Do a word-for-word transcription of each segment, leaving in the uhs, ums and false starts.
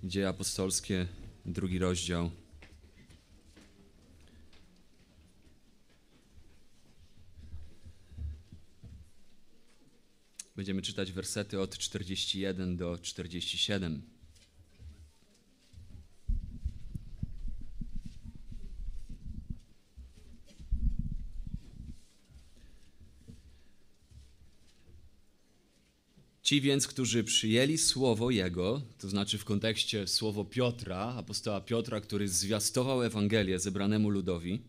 Dzieje apostolskie, drugi rozdział. Będziemy czytać wersety od czterdzieści jeden do czterdzieści siedem. Ci więc, którzy przyjęli słowo Jego, to znaczy w kontekście słowo Piotra, apostoła Piotra, który zwiastował Ewangelię zebranemu ludowi,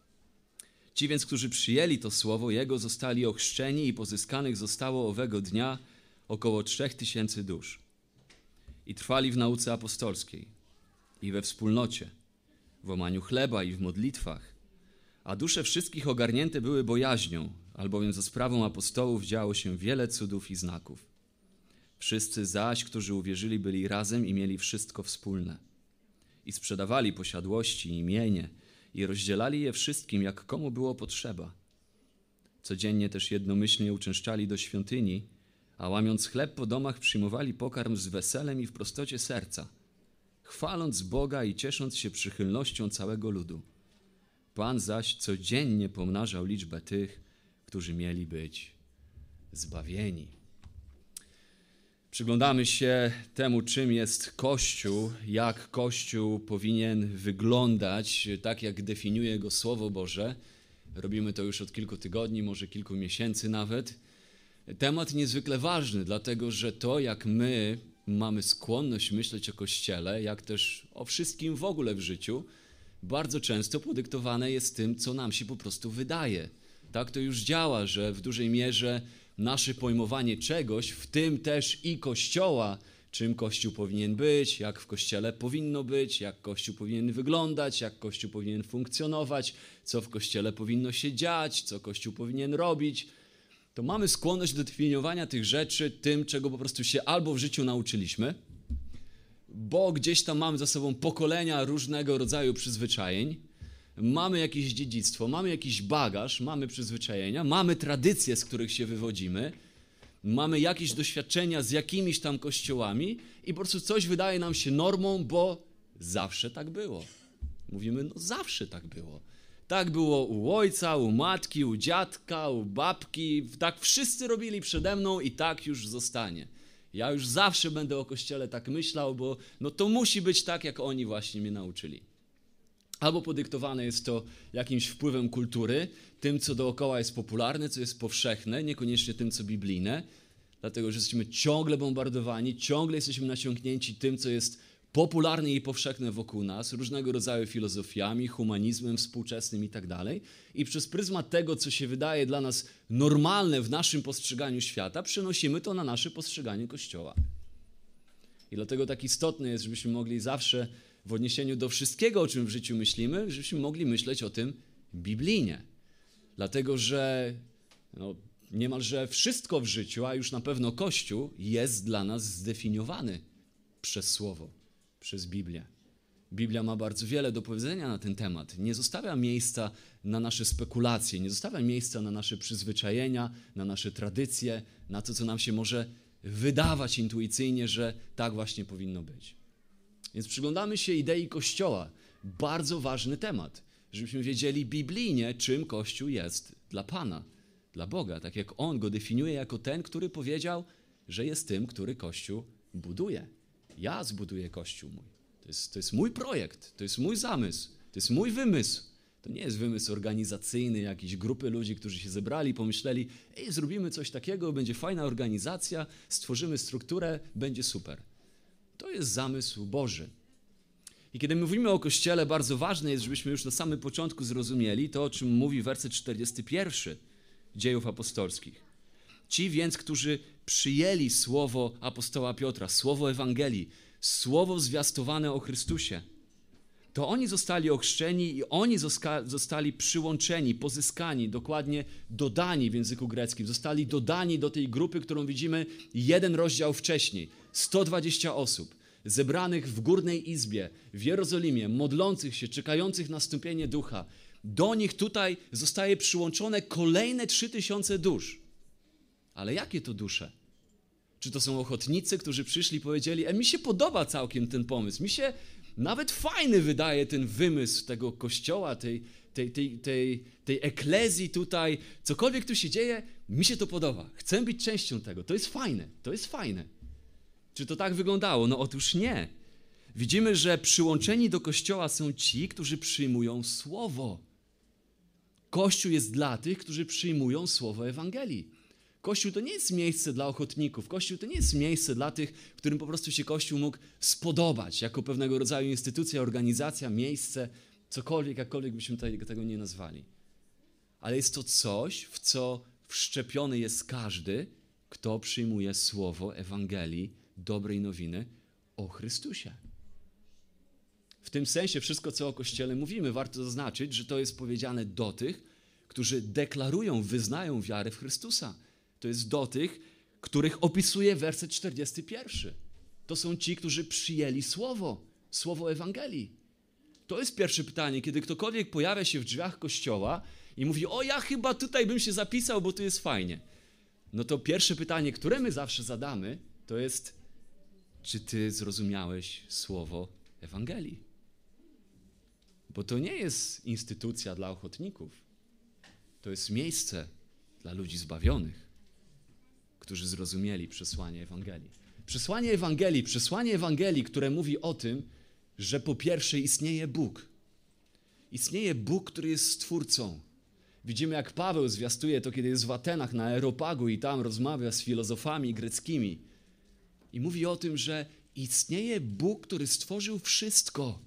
ci więc, którzy przyjęli to słowo Jego, zostali ochrzczeni i pozyskanych zostało owego dnia około trzech tysięcy dusz. I trwali w nauce apostolskiej i we wspólnocie, w łamaniu chleba i w modlitwach, a dusze wszystkich ogarnięte były bojaźnią, albowiem za sprawą apostołów działo się wiele cudów i znaków. Wszyscy zaś, którzy uwierzyli, byli razem i mieli wszystko wspólne. I sprzedawali posiadłości i mienie i rozdzielali je wszystkim, jak komu było potrzeba. Codziennie też jednomyślnie uczęszczali do świątyni, a łamiąc chleb po domach przyjmowali pokarm z weselem i w prostocie serca, chwaląc Boga i ciesząc się przychylnością całego ludu. Pan zaś codziennie pomnażał liczbę tych, którzy mieli być zbawieni. Przyglądamy się temu, czym jest Kościół, jak Kościół powinien wyglądać, tak jak definiuje go Słowo Boże. Robimy to już od kilku tygodni, może kilku miesięcy nawet. Temat niezwykle ważny, dlatego że to, jak my mamy skłonność myśleć o Kościele, jak też o wszystkim w ogóle w życiu, bardzo często podyktowane jest tym, co nam się po prostu wydaje. Tak to już działa, że w dużej mierze nasze pojmowanie czegoś, w tym też i Kościoła, czym Kościół powinien być, jak w Kościele powinno być, jak Kościół powinien wyglądać, jak Kościół powinien funkcjonować, co w Kościele powinno się dziać, co Kościół powinien robić, to mamy skłonność do definiowania tych rzeczy tym, czego po prostu się albo w życiu nauczyliśmy, bo gdzieś tam mamy za sobą pokolenia różnego rodzaju przyzwyczajeń, mamy jakieś dziedzictwo, mamy jakiś bagaż, mamy przyzwyczajenia, mamy tradycje, z których się wywodzimy, mamy jakieś doświadczenia z jakimiś tam kościołami i po prostu coś wydaje nam się normą, bo zawsze tak było. Mówimy, no zawsze tak było. Tak było u ojca, u matki, u dziadka, u babki, tak wszyscy robili przede mną i tak już zostanie. Ja już zawsze będę o Kościele tak myślał, bo no to musi być tak, jak oni właśnie mnie nauczyli. Albo podyktowane jest to jakimś wpływem kultury, tym, co dookoła jest popularne, co jest powszechne, niekoniecznie tym, co biblijne, dlatego że jesteśmy ciągle bombardowani, ciągle jesteśmy nasiąknięci tym, co jest popularne i powszechne wokół nas, różnego rodzaju filozofiami, humanizmem współczesnym i tak dalej. I przez pryzmat tego, co się wydaje dla nas normalne w naszym postrzeganiu świata, przenosimy to na nasze postrzeganie Kościoła. I dlatego tak istotne jest, żebyśmy mogli zawsze w odniesieniu do wszystkiego, o czym w życiu myślimy, żebyśmy mogli myśleć o tym biblijnie. Dlatego, że no, niemalże wszystko w życiu, a już na pewno Kościół, jest dla nas zdefiniowany przez Słowo, przez Biblię. Biblia ma bardzo wiele do powiedzenia na ten temat. Nie zostawia miejsca na nasze spekulacje, nie zostawia miejsca na nasze przyzwyczajenia, na nasze tradycje, na to, co nam się może wydawać intuicyjnie, że tak właśnie powinno być. Więc przyglądamy się idei Kościoła. Bardzo ważny temat, żebyśmy wiedzieli biblijnie, czym Kościół jest dla Pana, dla Boga, tak jak On go definiuje jako ten, który powiedział, że jest tym, który Kościół buduje. Ja zbuduję Kościół mój. To jest, to jest mój projekt, to jest mój zamysł, to jest mój wymysł. To nie jest wymysł organizacyjny jakiejś grupy ludzi, którzy się zebrali, pomyśleli, ej, zrobimy coś takiego, będzie fajna organizacja, stworzymy strukturę, będzie super. To jest zamysł Boży. I kiedy mówimy o Kościele, bardzo ważne jest, żebyśmy już na samym początku zrozumieli to, o czym mówi werset czterdziesty pierwszy Dziejów Apostolskich. Ci więc, którzy przyjęli słowo apostoła Piotra, słowo Ewangelii, słowo zwiastowane o Chrystusie, to oni zostali ochrzczeni i oni zostali przyłączeni, pozyskani, dokładnie dodani w języku greckim. Zostali dodani do tej grupy, którą widzimy jeden rozdział wcześniej. sto dwadzieścia osób zebranych w górnej izbie w Jerozolimie, modlących się, czekających na stąpienie ducha. Do nich tutaj zostaje przyłączone kolejne trzy tysiące dusz. Ale jakie to dusze? Czy to są ochotnicy, którzy przyszli i powiedzieli, e, mi się podoba całkiem ten pomysł, mi się nawet fajny wydaje ten wymysł tego kościoła, tej, tej, tej, tej, tej eklezji tutaj, cokolwiek tu się dzieje, mi się to podoba, chcę być częścią tego, to jest fajne, to jest fajne. Czy to tak wyglądało? No otóż nie. Widzimy, że przyłączeni do Kościoła są ci, którzy przyjmują Słowo. Kościół jest dla tych, którzy przyjmują Słowo Ewangelii. Kościół to nie jest miejsce dla ochotników. Kościół to nie jest miejsce dla tych, którym po prostu się Kościół mógł spodobać, jako pewnego rodzaju instytucja, organizacja, miejsce, cokolwiek, jakkolwiek byśmy tego nie nazwali. Ale jest to coś, w co wszczepiony jest każdy, kto przyjmuje Słowo Ewangelii, dobrej nowiny o Chrystusie. W tym sensie wszystko, co o Kościele mówimy, warto zaznaczyć, że to jest powiedziane do tych, którzy deklarują, wyznają wiarę w Chrystusa. To jest do tych, których opisuje werset czterdziesty pierwszy. To są ci, którzy przyjęli Słowo, Słowo Ewangelii. To jest pierwsze pytanie, kiedy ktokolwiek pojawia się w drzwiach Kościoła i mówi, o ja chyba tutaj bym się zapisał, bo tu jest fajnie. No to pierwsze pytanie, które my zawsze zadamy, to jest, czy ty zrozumiałeś Słowo Ewangelii? Bo to nie jest instytucja dla ochotników. To jest miejsce dla ludzi zbawionych, którzy zrozumieli przesłanie Ewangelii. Przesłanie Ewangelii, przesłanie Ewangelii, które mówi o tym, że po pierwsze istnieje Bóg. Istnieje Bóg, który jest Stwórcą. Widzimy, jak Paweł zwiastuje to, kiedy jest w Atenach na Areopagu i tam rozmawia z filozofami greckimi. I mówi o tym, że istnieje Bóg, który stworzył wszystko.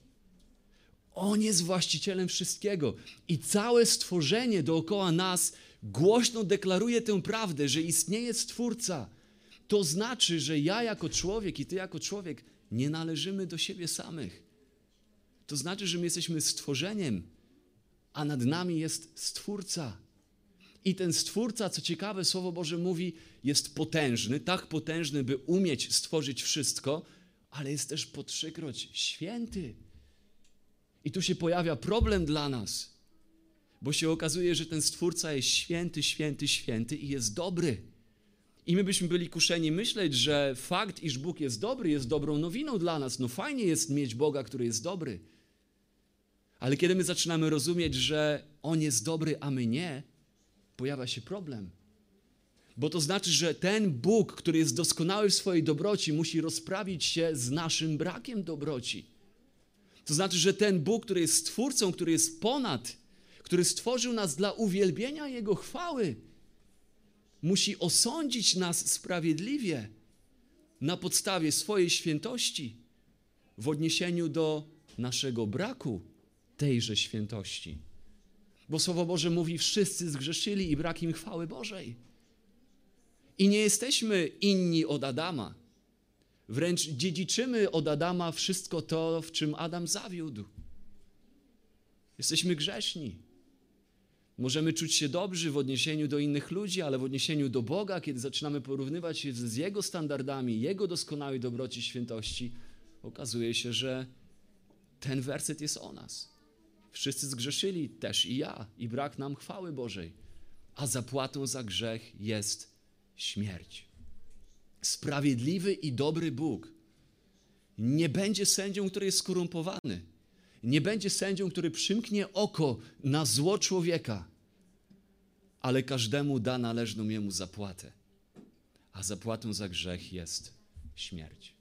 On jest właścicielem wszystkiego. I całe stworzenie dookoła nas głośno deklaruje tę prawdę, że istnieje Stwórca. To znaczy, że ja jako człowiek i ty jako człowiek nie należymy do siebie samych. To znaczy, że my jesteśmy stworzeniem, a nad nami jest Stwórca. I ten Stwórca, co ciekawe, Słowo Boże mówi, jest potężny, tak potężny, by umieć stworzyć wszystko, ale jest też po trzykroć święty. I tu się pojawia problem dla nas, bo się okazuje, że ten Stwórca jest święty, święty, święty i jest dobry. I my byśmy byli kuszeni myśleć, że fakt, iż Bóg jest dobry, jest dobrą nowiną dla nas. No fajnie jest mieć Boga, który jest dobry. Ale kiedy my zaczynamy rozumieć, że On jest dobry, a my nie, pojawia się problem. Bo to znaczy, że ten Bóg, który jest doskonały w swojej dobroci, musi rozprawić się z naszym brakiem dobroci. To znaczy, że ten Bóg, który jest Stwórcą, który jest ponad, który stworzył nas dla uwielbienia Jego chwały, musi osądzić nas sprawiedliwie na podstawie swojej świętości w odniesieniu do naszego braku tejże świętości. Bo Słowo Boże mówi, wszyscy zgrzeszyli i brak im chwały Bożej. I nie jesteśmy inni od Adama. Wręcz dziedziczymy od Adama wszystko to, w czym Adam zawiódł. Jesteśmy grzeszni. Możemy czuć się dobrzy w odniesieniu do innych ludzi, ale w odniesieniu do Boga, kiedy zaczynamy porównywać się z Jego standardami, Jego doskonałej dobroci, świętości, okazuje się, że ten werset jest o nas. Wszyscy zgrzeszyli, też i ja, i brak nam chwały Bożej. A zapłatą za grzech jest śmierć. Sprawiedliwy i dobry Bóg nie będzie sędzią, który jest skorumpowany. Nie będzie sędzią, który przymknie oko na zło człowieka, ale każdemu da należną jemu zapłatę. A zapłatą za grzech jest śmierć.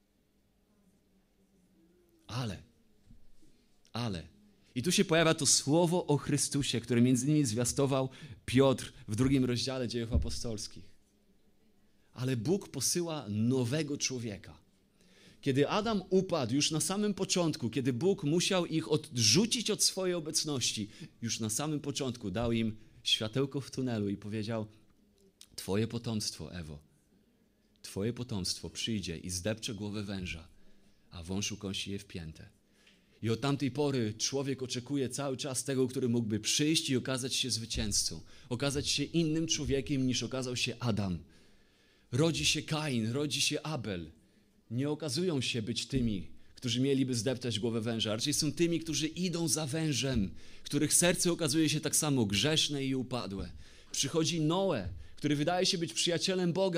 Ale, ale, i tu się pojawia to słowo o Chrystusie, które między innymi zwiastował Piotr w drugim rozdziale Dziejów Apostolskich. Ale Bóg posyła nowego człowieka. Kiedy Adam upadł już na samym początku, kiedy Bóg musiał ich odrzucić od swojej obecności, już na samym początku dał im światełko w tunelu i powiedział: Twoje potomstwo, Ewo, Twoje potomstwo przyjdzie i zdepcze głowę węża, a wąż ukąsi je w piętę. I od tamtej pory człowiek oczekuje cały czas tego, który mógłby przyjść i okazać się zwycięzcą, okazać się innym człowiekiem niż okazał się Adam. Rodzi się Kain, rodzi się Abel. Nie okazują się być tymi, którzy mieliby zdeptać głowę węża. Raczej są tymi, którzy idą za wężem, których serce okazuje się tak samo grzeszne i upadłe. Przychodzi Noe, który wydaje się być przyjacielem Boga,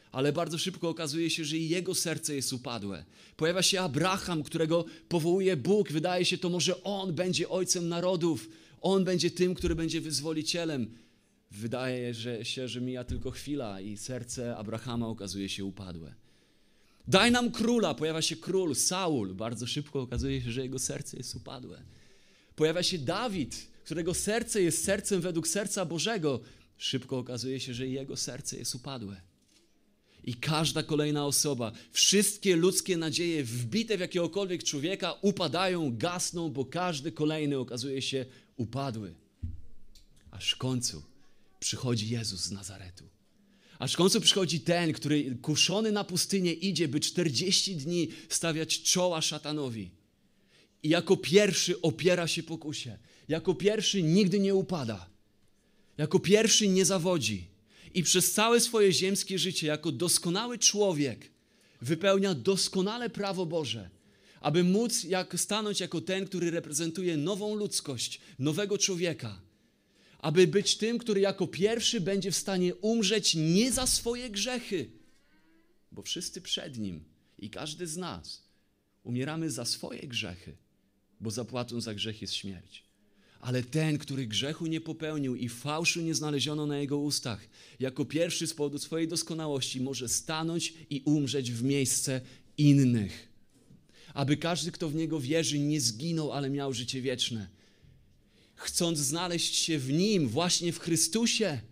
ale bardzo szybko okazuje się, że i jego serce jest upadłe. Pojawia się Abraham, którego powołuje Bóg. Wydaje się, to może on będzie ojcem narodów. On będzie tym, który będzie wyzwolicielem. Wydaje że się, że mija tylko chwila i serce Abrahama okazuje się upadłe. Daj nam króla. Pojawia się król, Saul. Bardzo szybko okazuje się, że jego serce jest upadłe. Pojawia się Dawid, którego serce jest sercem według serca Bożego. Szybko okazuje się, że jego serce jest upadłe. I każda kolejna osoba, wszystkie ludzkie nadzieje wbite w jakiegokolwiek człowieka upadają, gasną, bo każdy kolejny okazuje się upadły. Aż w końcu przychodzi Jezus z Nazaretu. Aż w końcu przychodzi ten, który kuszony na pustynię idzie, by czterdzieści dni stawiać czoła szatanowi. I jako pierwszy opiera się pokusie. Jako pierwszy nigdy nie upada. Jako pierwszy nie zawodzi. I przez całe swoje ziemskie życie, jako doskonały człowiek, wypełnia doskonale prawo Boże, aby móc jak, stanąć jako ten, który reprezentuje nową ludzkość, nowego człowieka. Aby być tym, który jako pierwszy będzie w stanie umrzeć nie za swoje grzechy, bo wszyscy przed Nim i każdy z nas umieramy za swoje grzechy, bo zapłatą za grzech jest śmierć. Ale ten, który grzechu nie popełnił i fałszu nie znaleziono na jego ustach, jako pierwszy z powodu swojej doskonałości może stanąć i umrzeć w miejsce innych. Aby każdy, kto w Niego wierzy, nie zginął, ale miał życie wieczne. Chcąc znaleźć się w Nim, właśnie w Chrystusie,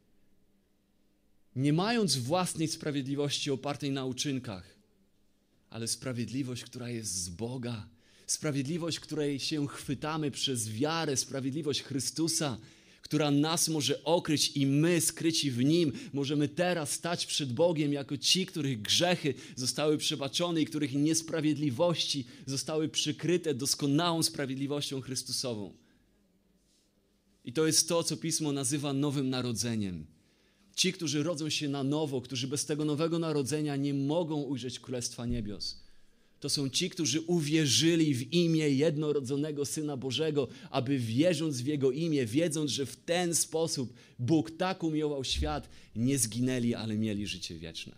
nie mając własnej sprawiedliwości opartej na uczynkach, ale sprawiedliwość, która jest z Boga, sprawiedliwość, której się chwytamy przez wiarę, sprawiedliwość Chrystusa, która nas może okryć i my, skryci w Nim, możemy teraz stać przed Bogiem jako ci, których grzechy zostały przebaczone i których niesprawiedliwości zostały przykryte doskonałą sprawiedliwością Chrystusową. I to jest to, co Pismo nazywa nowym narodzeniem. Ci, którzy rodzą się na nowo, którzy bez tego nowego narodzenia nie mogą ujrzeć Królestwa Niebios. To są ci, którzy uwierzyli w imię jednorodzonego Syna Bożego, aby wierząc w Jego imię, wiedząc, że w ten sposób Bóg tak umiłował świat, nie zginęli, ale mieli życie wieczne.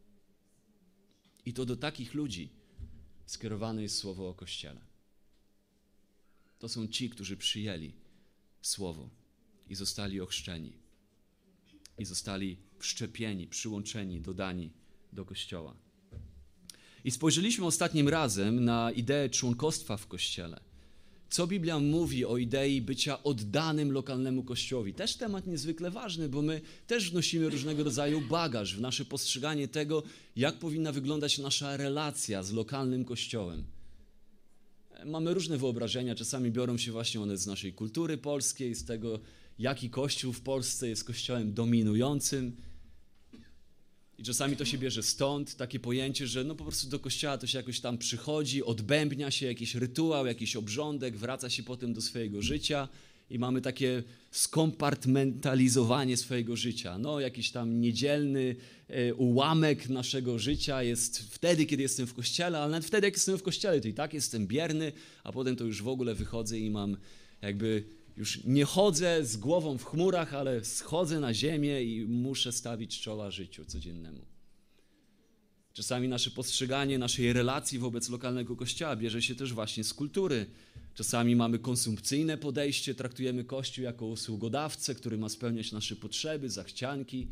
I to do takich ludzi skierowane jest słowo o Kościele. To są ci, którzy przyjęli słowo i zostali ochrzczeni. I zostali wszczepieni, przyłączeni, dodani do Kościoła. I spojrzeliśmy ostatnim razem na ideę członkostwa w Kościele. Co Biblia mówi o idei bycia oddanym lokalnemu Kościołowi? Też temat niezwykle ważny, bo my też wnosimy różnego rodzaju bagaż w nasze postrzeganie tego, jak powinna wyglądać nasza relacja z lokalnym Kościołem. Mamy różne wyobrażenia, czasami biorą się właśnie one z naszej kultury polskiej, z tego, jaki Kościół w Polsce jest Kościołem dominującym. I czasami to się bierze stąd, takie pojęcie, że no po prostu do kościoła to się jakoś tam przychodzi, odbębnia się jakiś rytuał, jakiś obrządek, wraca się potem do swojego życia i mamy takie skompartmentalizowanie swojego życia. No jakiś tam niedzielny e, ułamek naszego życia jest wtedy, kiedy jestem w kościele, ale nawet wtedy, jak jestem w kościele, to i tak jestem bierny, a potem to już w ogóle wychodzę i mam jakby... Już nie chodzę z głową w chmurach, ale schodzę na ziemię i muszę stawić czoła życiu codziennemu. Czasami nasze postrzeganie naszej relacji wobec lokalnego kościoła bierze się też właśnie z kultury. Czasami mamy konsumpcyjne podejście, traktujemy Kościół jako usługodawcę, który ma spełniać nasze potrzeby, zachcianki.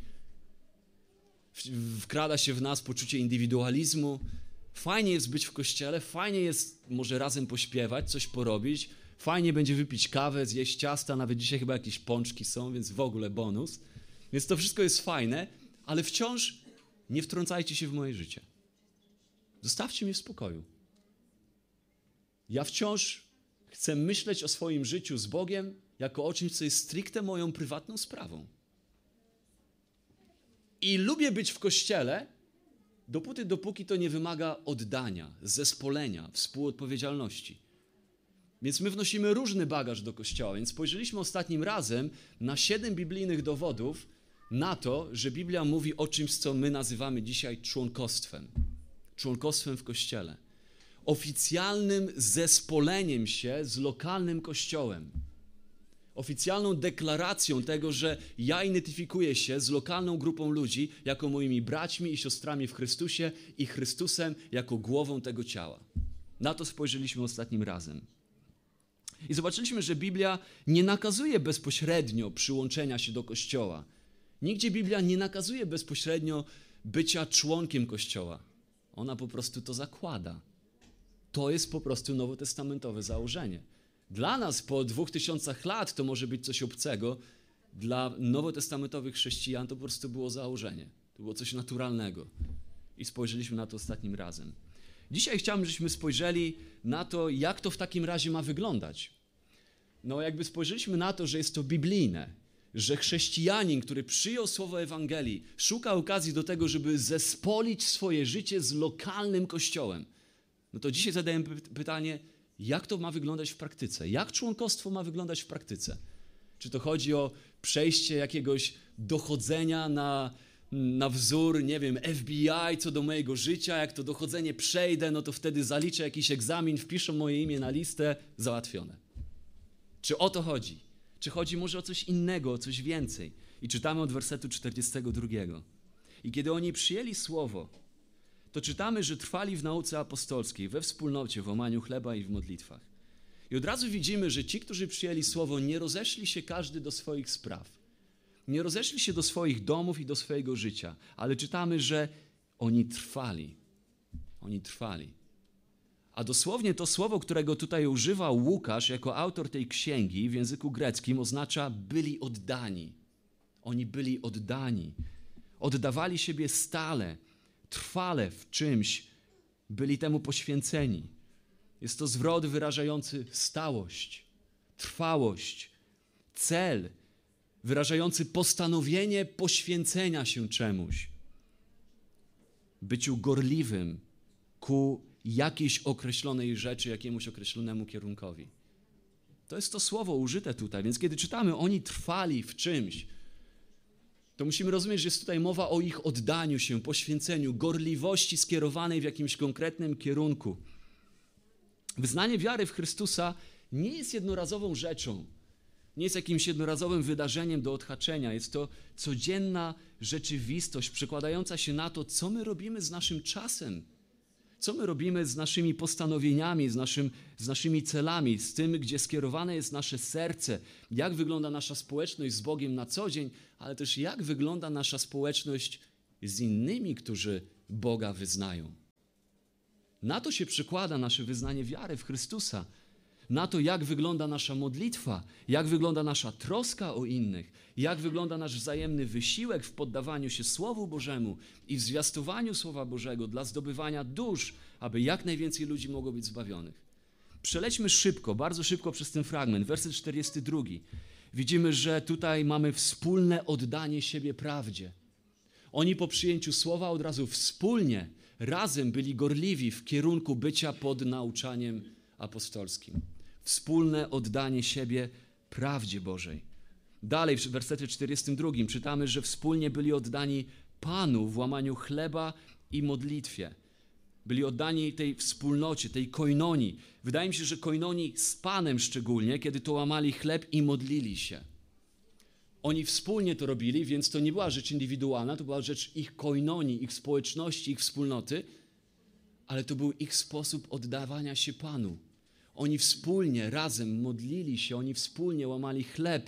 Wkrada się w nas poczucie indywidualizmu. Fajnie jest być w kościele, fajnie jest może razem pośpiewać, coś porobić. Fajnie będzie wypić kawę, zjeść ciasta, nawet dzisiaj chyba jakieś pączki są, więc w ogóle bonus. Więc to wszystko jest fajne, ale wciąż nie wtrącajcie się w moje życie. Zostawcie mnie w spokoju. Ja wciąż chcę myśleć o swoim życiu z Bogiem jako o czymś, co jest stricte moją prywatną sprawą. I lubię być w kościele, dopóty, dopóki to nie wymaga oddania, zespolenia, współodpowiedzialności. Więc my wnosimy różny bagaż do Kościoła. Więc spojrzeliśmy ostatnim razem na siedem biblijnych dowodów na to, że Biblia mówi o czymś, co my nazywamy dzisiaj członkostwem. Członkostwem w Kościele. Oficjalnym zespoleniem się z lokalnym Kościołem. oficjalną deklaracją tego, że ja identyfikuję się z lokalną grupą ludzi jako moimi braćmi i siostrami w Chrystusie i Chrystusem jako głową tego ciała. Na to spojrzeliśmy ostatnim razem. I zobaczyliśmy, że Biblia nie nakazuje bezpośrednio przyłączenia się do Kościoła. Nigdzie Biblia nie nakazuje bezpośrednio bycia członkiem Kościoła. Ona po prostu to zakłada. To jest po prostu nowotestamentowe założenie. Dla nas po dwóch tysiącach lat to może być coś obcego. Dla nowotestamentowych chrześcijan to po prostu było założenie. To było coś naturalnego. I spojrzeliśmy na to ostatnim razem. Dzisiaj chciałbym, żebyśmy spojrzeli na to, jak to w takim razie ma wyglądać. No jakby spojrzeliśmy na to, że jest to biblijne, że chrześcijanin, który przyjął słowo Ewangelii, szuka okazji do tego, żeby zespolić swoje życie z lokalnym kościołem. No to dzisiaj zadajemy pytanie, jak to ma wyglądać w praktyce? Jak członkostwo ma wyglądać w praktyce? Czy to chodzi o przejście jakiegoś dochodzenia na, na wzór, nie wiem, F B I co do mojego życia, jak to dochodzenie przejdę, no to wtedy zaliczę jakiś egzamin, wpiszę moje imię na listę, załatwione. Czy o to chodzi? Czy chodzi może o coś innego, o coś więcej? I czytamy od wersetu czterdziestego drugiego. I kiedy oni przyjęli słowo, to czytamy, że trwali w nauce apostolskiej, we wspólnocie, w łamaniu chleba i w modlitwach. I od razu widzimy, że ci, którzy przyjęli słowo, nie rozeszli się każdy do swoich spraw. Nie rozeszli się do swoich domów i do swojego życia, ale czytamy, że oni trwali. Oni trwali. A dosłownie to słowo, którego tutaj używał Łukasz jako autor tej księgi w języku greckim, oznacza byli oddani. Oni byli oddani. Oddawali siebie stale, trwale w czymś, byli temu poświęceni. Jest to zwrot wyrażający stałość, trwałość, cel, wyrażający postanowienie poświęcenia się czemuś. Byciu gorliwym ku jakiejś określonej rzeczy, jakiemuś określonemu kierunkowi. To jest to słowo użyte tutaj, więc kiedy czytamy, oni trwali w czymś, to musimy rozumieć, że jest tutaj mowa o ich oddaniu się, poświęceniu, gorliwości skierowanej w jakimś konkretnym kierunku. Wyznanie wiary w Chrystusa nie jest jednorazową rzeczą, nie jest jakimś jednorazowym wydarzeniem do odhaczenia. Jest to codzienna rzeczywistość przekładająca się na to, co my robimy z naszym czasem, co my robimy z naszymi postanowieniami, z, naszym, z naszymi celami, z tym, gdzie skierowane jest nasze serce, jak wygląda nasza społeczność z Bogiem na co dzień, ale też jak wygląda nasza społeczność z innymi, którzy Boga wyznają. Na to się przekłada nasze wyznanie wiary w Chrystusa, na to, jak wygląda nasza modlitwa, jak wygląda nasza troska o innych, jak wygląda nasz wzajemny wysiłek w poddawaniu się Słowu Bożemu i w zwiastowaniu Słowa Bożego dla zdobywania dusz, aby jak najwięcej ludzi mogło być zbawionych. Przelećmy szybko, bardzo szybko przez ten fragment, werset czterdziesty drugi. Widzimy, że tutaj mamy wspólne oddanie siebie prawdzie. Oni po przyjęciu Słowa od razu wspólnie, razem byli gorliwi w kierunku bycia pod nauczaniem apostolskim. Wspólne oddanie siebie prawdzie Bożej. Dalej w wersecie czterdziestym drugim czytamy, że wspólnie byli oddani Panu w łamaniu chleba i modlitwie. Byli oddani tej wspólnocie, tej koinonii. Wydaje mi się, że koinonii z Panem szczególnie, kiedy to łamali chleb i modlili się. Oni wspólnie to robili, więc to nie była rzecz indywidualna, to była rzecz ich koinonii, ich społeczności, ich wspólnoty, ale to był ich sposób oddawania się Panu. Oni wspólnie, razem modlili się, oni wspólnie łamali chleb.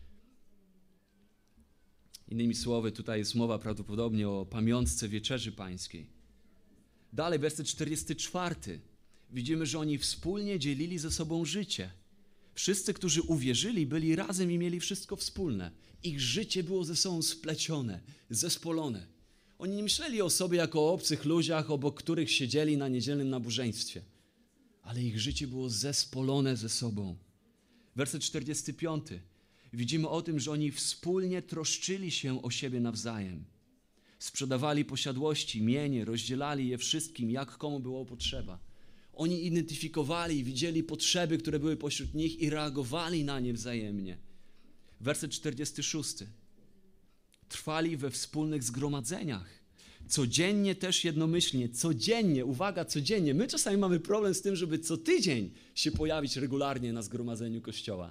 Innymi słowy, tutaj jest mowa prawdopodobnie o pamiątce Wieczerzy Pańskiej. Dalej, werset czterdziesty czwarty. Widzimy, że oni wspólnie dzielili ze sobą życie. Wszyscy, którzy uwierzyli, byli razem i mieli wszystko wspólne. Ich życie było ze sobą splecione, zespolone. Oni nie myśleli o sobie jako o obcych ludziach, obok których siedzieli na niedzielnym nabożeństwie. Ale ich życie było zespolone ze sobą. Werset czterdziesty piąty. Widzimy o tym, że oni wspólnie troszczyli się o siebie nawzajem. Sprzedawali posiadłości, mienie, rozdzielali je wszystkim, jak komu było potrzeba. Oni identyfikowali i widzieli potrzeby, które były pośród nich i reagowali na nie wzajemnie. Werset czterdziesty szósty. Trwali we wspólnych zgromadzeniach. Codziennie też jednomyślnie, codziennie, uwaga, codziennie. My czasami mamy problem z tym, żeby co tydzień się pojawić regularnie na zgromadzeniu Kościoła.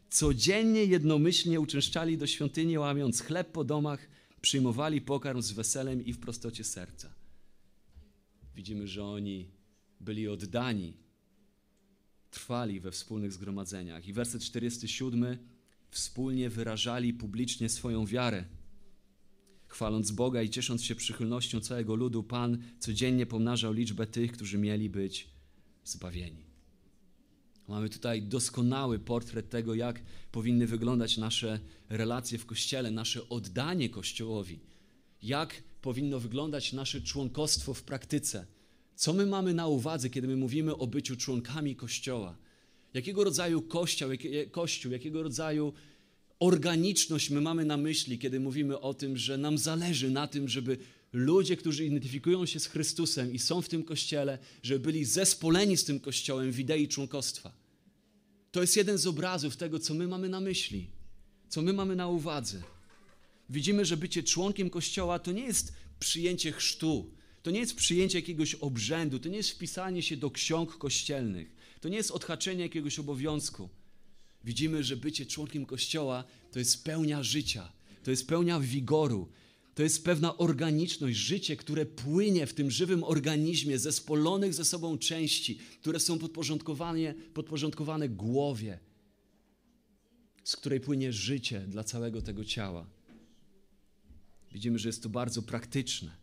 Codziennie jednomyślnie uczęszczali do świątyni, łamiąc chleb po domach, przyjmowali pokarm z weselem i w prostocie serca. Widzimy, że oni byli oddani, trwali we wspólnych zgromadzeniach. I werset czterdziesty siódmy, wspólnie wyrażali publicznie swoją wiarę. Chwaląc Boga i ciesząc się przychylnością całego ludu, Pan codziennie pomnażał liczbę tych, którzy mieli być zbawieni. Mamy tutaj doskonały portret tego, jak powinny wyglądać nasze relacje w Kościele, nasze oddanie Kościołowi. Jak powinno wyglądać nasze członkostwo w praktyce. Co my mamy na uwadze, kiedy my mówimy o byciu członkami Kościoła? Jakiego rodzaju kościół, jak, kościół, jakiego rodzaju organiczność my mamy na myśli, kiedy mówimy o tym, że nam zależy na tym, żeby ludzie, którzy identyfikują się z Chrystusem i są w tym Kościele, żeby byli zespoleni z tym Kościołem w idei członkostwa. To jest jeden z obrazów tego, co my mamy na myśli, co my mamy na uwadze. Widzimy, że bycie członkiem Kościoła to nie jest przyjęcie chrztu, to nie jest przyjęcie jakiegoś obrzędu, to nie jest wpisanie się do ksiąg kościelnych, to nie jest odhaczenie jakiegoś obowiązku. Widzimy, że bycie członkiem Kościoła to jest pełnia życia, to jest pełnia wigoru, to jest pewna organiczność, życie, które płynie w tym żywym organizmie zespolonych ze sobą części, które są podporządkowane, podporządkowane głowie, z której płynie życie dla całego tego ciała. Widzimy, że jest to bardzo praktyczne.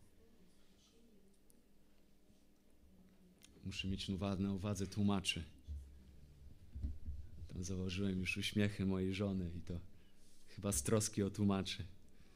Muszę mieć na uwadze tłumaczy. Tam zauważyłem już uśmiechy mojej żony i to chyba z troski o tłumaczy.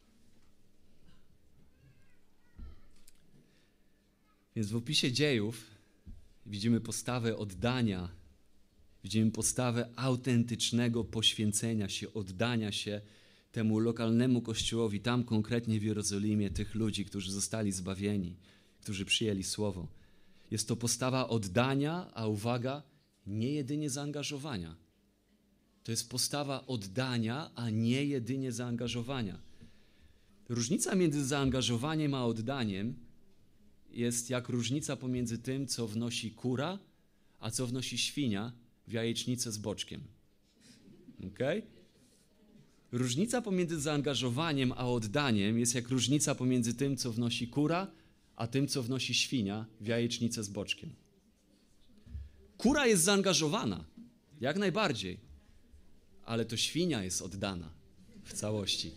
Więc w opisie dziejów widzimy postawę oddania, widzimy postawę autentycznego poświęcenia się, oddania się temu lokalnemu kościołowi, tam konkretnie w Jerozolimie, tych ludzi, którzy zostali zbawieni, którzy przyjęli Słowo. Jest to postawa oddania, a uwaga, nie jedynie zaangażowania. To jest postawa oddania, a nie jedynie zaangażowania. Różnica między zaangażowaniem a oddaniem jest jak różnica pomiędzy tym, co wnosi kura, a co wnosi świnia w jajecznicę z boczkiem. Okay? Różnica pomiędzy zaangażowaniem a oddaniem jest jak różnica pomiędzy tym, co wnosi kura, a tym, co wnosi świnia w jajecznicę z boczkiem. Kura jest zaangażowana, jak najbardziej, ale to świnia jest oddana w całości.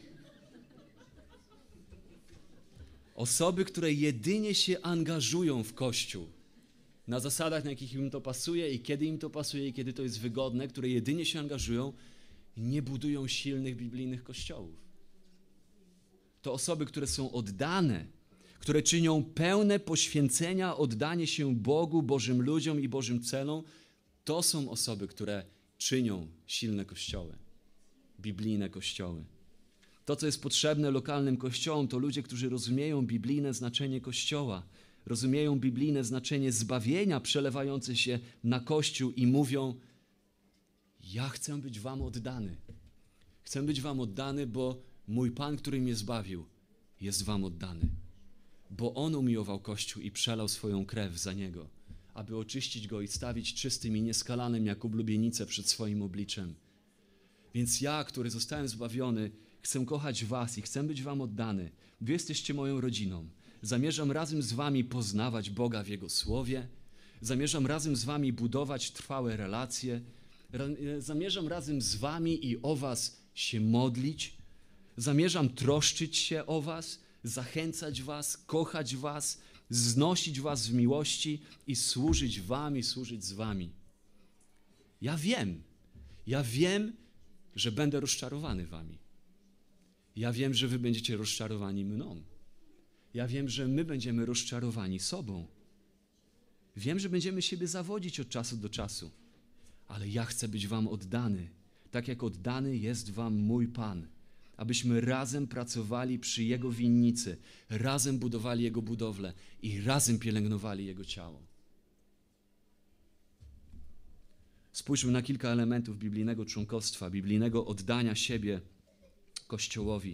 Osoby, które jedynie się angażują w Kościół, na zasadach, na jakich im to pasuje i kiedy im to pasuje i kiedy to jest wygodne, które jedynie się angażują, nie budują silnych biblijnych kościołów. To osoby, które są oddane, które czynią pełne poświęcenia, oddanie się Bogu, Bożym ludziom i Bożym celom, to są osoby, które czynią silne kościoły, biblijne kościoły. To, co jest potrzebne lokalnym kościołom, to ludzie, którzy rozumieją biblijne znaczenie Kościoła, rozumieją biblijne znaczenie zbawienia przelewające się na Kościół i mówią: ja chcę być wam oddany. Chcę być wam oddany, bo mój Pan, który mnie zbawił, jest wam oddany. Bo On umiłował Kościół i przelał swoją krew za niego, aby oczyścić go i stawić czystym i nieskalanym jak oblubienicę przed swoim obliczem. Więc ja, który zostałem zbawiony, chcę kochać was i chcę być wam oddany. Wy jesteście moją rodziną. Zamierzam razem z wami poznawać Boga w Jego Słowie. Zamierzam razem z wami budować trwałe relacje. Zamierzam razem z wami i o was się modlić. Zamierzam troszczyć się o was, zachęcać was, kochać was, znosić was w miłości i służyć wam i służyć z wami. Ja wiem, ja wiem, że będę rozczarowany wami. Ja wiem, że wy będziecie rozczarowani mną. Ja wiem, że my będziemy rozczarowani sobą. Wiem, że będziemy siebie zawodzić od czasu do czasu. Ale ja chcę być wam oddany, tak jak oddany jest wam mój Pan. Abyśmy razem pracowali przy Jego winnicy, razem budowali Jego budowlę i razem pielęgnowali Jego ciało. Spójrzmy na kilka elementów biblijnego członkostwa, biblijnego oddania siebie Kościołowi.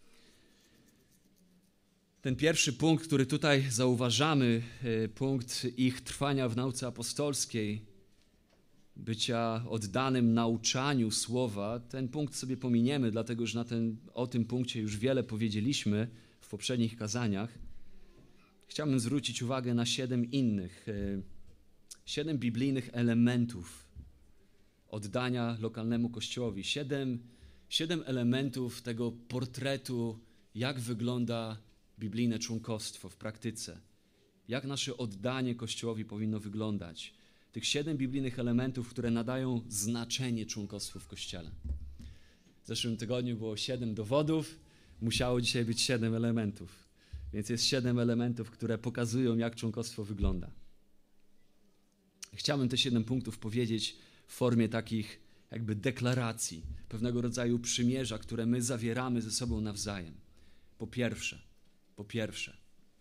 Ten pierwszy punkt, który tutaj zauważamy, punkt ich trwania w nauce apostolskiej, bycia oddanym nauczaniu słowa, ten punkt sobie pominiemy, dlatego że na ten, o tym punkcie już wiele powiedzieliśmy w poprzednich kazaniach. Chciałbym zwrócić uwagę na siedem innych, siedem biblijnych elementów oddania lokalnemu kościołowi. Siedem, siedem elementów tego portretu, jak wygląda biblijne członkostwo w praktyce. Jak nasze oddanie Kościołowi powinno wyglądać. Tych siedem biblijnych elementów, które nadają znaczenie członkostwu w Kościele. W zeszłym tygodniu było siedem dowodów, musiało dzisiaj być siedem elementów. Więc jest siedem elementów, które pokazują, jak członkostwo wygląda. Chciałbym te siedem punktów powiedzieć w formie takich jakby deklaracji, pewnego rodzaju przymierza, które my zawieramy ze sobą nawzajem. Po pierwsze, po pierwsze,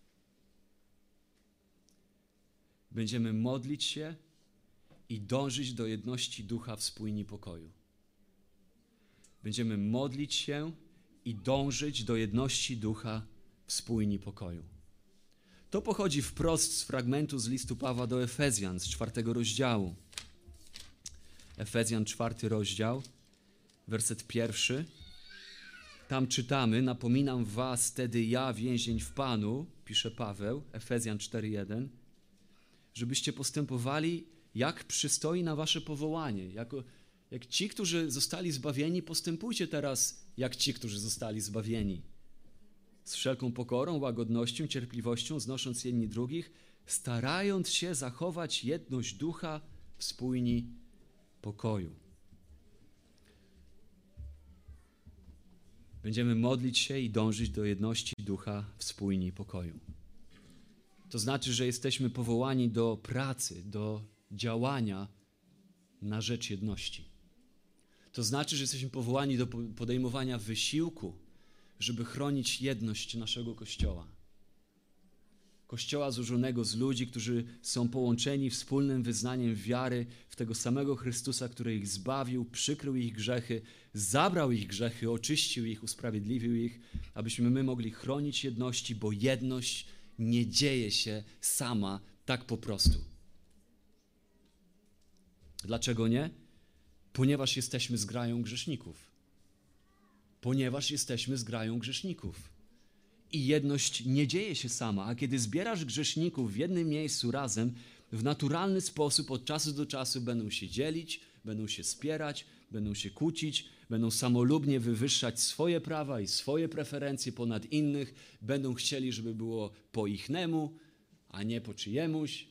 będziemy modlić się i dążyć do jedności ducha w spójni pokoju. Będziemy modlić się i dążyć do jedności ducha w spójni pokoju. To pochodzi wprost z fragmentu z listu Pawła do Efezjan, z czwartego rozdziału. Efezjan, czwarty rozdział, werset pierwszy. Tam czytamy: napominam was tedy ja, więzień w Panu, pisze Paweł, Efezjan cztery jeden, żebyście postępowali jak przystoi na wasze powołanie. Jako, jak ci, którzy zostali zbawieni, postępujcie teraz jak ci, którzy zostali zbawieni. Z wszelką pokorą, łagodnością, cierpliwością, znosząc jedni drugich, starając się zachować jedność ducha w spójni pokoju. Będziemy modlić się i dążyć do jedności ducha w spójni pokoju. To znaczy, że jesteśmy powołani do pracy, do działania na rzecz jedności. To znaczy, że jesteśmy powołani do podejmowania wysiłku, żeby chronić jedność naszego Kościoła. Kościoła złożonego z ludzi, którzy są połączeni wspólnym wyznaniem wiary w tego samego Chrystusa, który ich zbawił, przykrył ich grzechy, zabrał ich grzechy, oczyścił ich, usprawiedliwił ich, abyśmy my mogli chronić jedności, bo jedność nie dzieje się sama tak po prostu. Dlaczego nie? Ponieważ jesteśmy zgrają grzeszników. Ponieważ jesteśmy zgrają grzeszników. I jedność nie dzieje się sama, a kiedy zbierasz grzeszników w jednym miejscu razem, w naturalny sposób od czasu do czasu będą się dzielić, będą się spierać, będą się kłócić, będą samolubnie wywyższać swoje prawa i swoje preferencje ponad innych, będą chcieli, żeby było po ichnemu, a nie po czyjemuś.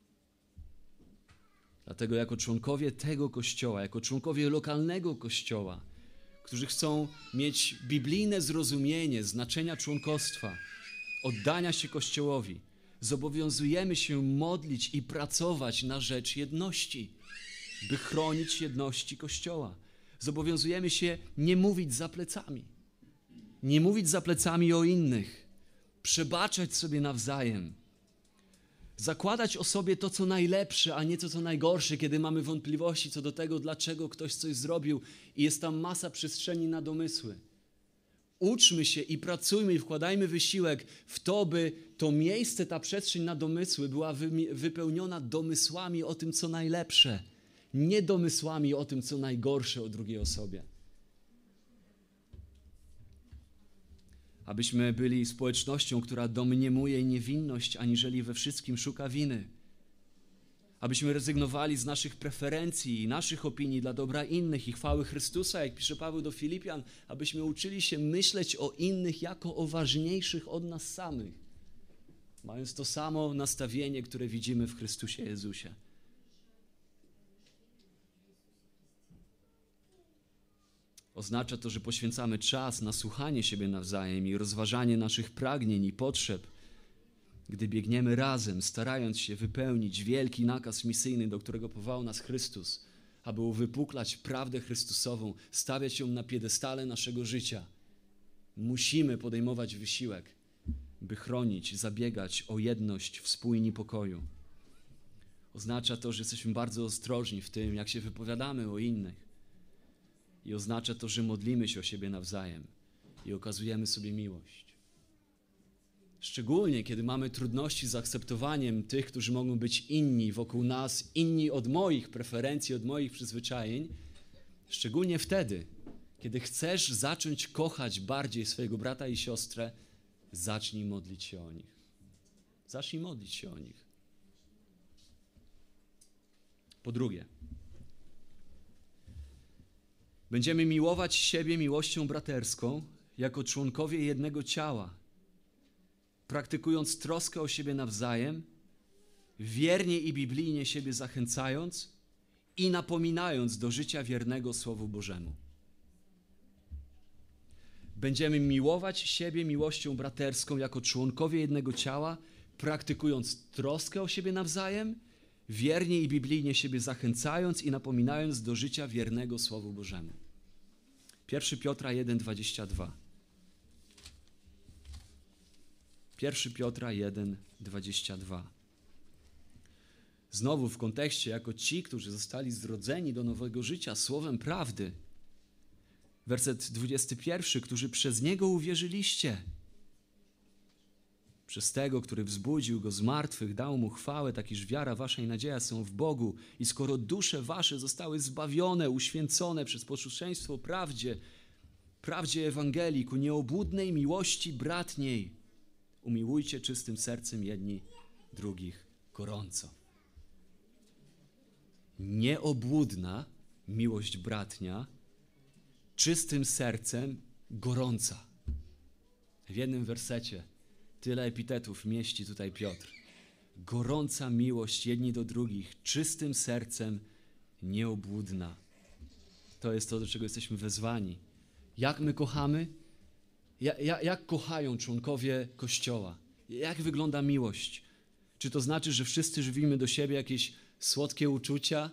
Dlatego jako członkowie tego Kościoła, jako członkowie lokalnego Kościoła, którzy chcą mieć biblijne zrozumienie znaczenia członkostwa, oddania się Kościołowi, zobowiązujemy się modlić i pracować na rzecz jedności, by chronić jedności Kościoła. Zobowiązujemy się nie mówić za plecami, nie mówić za plecami o innych, przebaczać sobie nawzajem, zakładać o sobie to, co najlepsze, a nie to, co najgorsze, kiedy mamy wątpliwości co do tego, dlaczego ktoś coś zrobił i jest tam masa przestrzeni na domysły. Uczmy się i pracujmy i wkładajmy wysiłek w to, by to miejsce, ta przestrzeń na domysły była wypełniona domysłami o tym, co najlepsze, nie domysłami o tym, co najgorsze o drugiej osobie. Abyśmy byli społecznością, która domniemuje niewinność, aniżeli we wszystkim szuka winy. Abyśmy rezygnowali z naszych preferencji i naszych opinii dla dobra innych i chwały Chrystusa, jak pisze Paweł do Filipian, abyśmy uczyli się myśleć o innych jako o ważniejszych od nas samych, mając to samo nastawienie, które widzimy w Chrystusie Jezusie. Oznacza to, że poświęcamy czas na słuchanie siebie nawzajem i rozważanie naszych pragnień i potrzeb, gdy biegniemy razem, starając się wypełnić wielki nakaz misyjny, do którego powołał nas Chrystus, aby uwypuklać prawdę Chrystusową, stawiać ją na piedestale naszego życia. Musimy podejmować wysiłek, by chronić, zabiegać o jedność w spójni pokoju. Oznacza to, że jesteśmy bardzo ostrożni w tym, jak się wypowiadamy o innych. I oznacza to, że modlimy się o siebie nawzajem i okazujemy sobie miłość. Szczególnie, kiedy mamy trudności z akceptowaniem tych, którzy mogą być inni wokół nas, inni od moich preferencji, od moich przyzwyczajeń. Szczególnie wtedy, kiedy chcesz zacząć kochać bardziej swojego brata i siostrę, zacznij modlić się o nich. Zacznij modlić się o nich. Po drugie, będziemy miłować siebie miłością braterską jako członkowie jednego ciała, praktykując troskę o siebie nawzajem, wiernie i biblijnie siebie zachęcając i napominając do życia wiernego Słowu Bożemu. Będziemy miłować siebie miłością braterską jako członkowie jednego ciała, praktykując troskę o siebie nawzajem, wiernie i biblijnie siebie zachęcając i napominając do życia wiernego Słowu Bożemu. pierwszy Piotra jeden, dwadzieścia dwa. pierwszy Piotra jeden, dwadzieścia dwa. Znowu w kontekście jako ci, którzy zostali zrodzeni do nowego życia słowem prawdy. Werset dwudziesty pierwszy, którzy przez Niego uwierzyliście. Przez Tego, który wzbudził Go z martwych, dał Mu chwałę, tak iż wiara wasza i nadzieja są w Bogu. I skoro dusze wasze zostały zbawione, uświęcone przez posłuszeństwo prawdzie, prawdzie Ewangelii, ku nieobłudnej miłości bratniej, umiłujcie czystym sercem jedni drugich gorąco. Nieobłudna miłość bratnia, czystym sercem gorąca. W jednym wersecie tyle epitetów mieści tutaj Piotr. Gorąca miłość jedni do drugich, czystym sercem, nieobłudna. To jest to, do czego jesteśmy wezwani. Jak my kochamy? Ja, ja, jak kochają członkowie Kościoła? Jak wygląda miłość? Czy to znaczy, że wszyscy żywimy do siebie jakieś słodkie uczucia?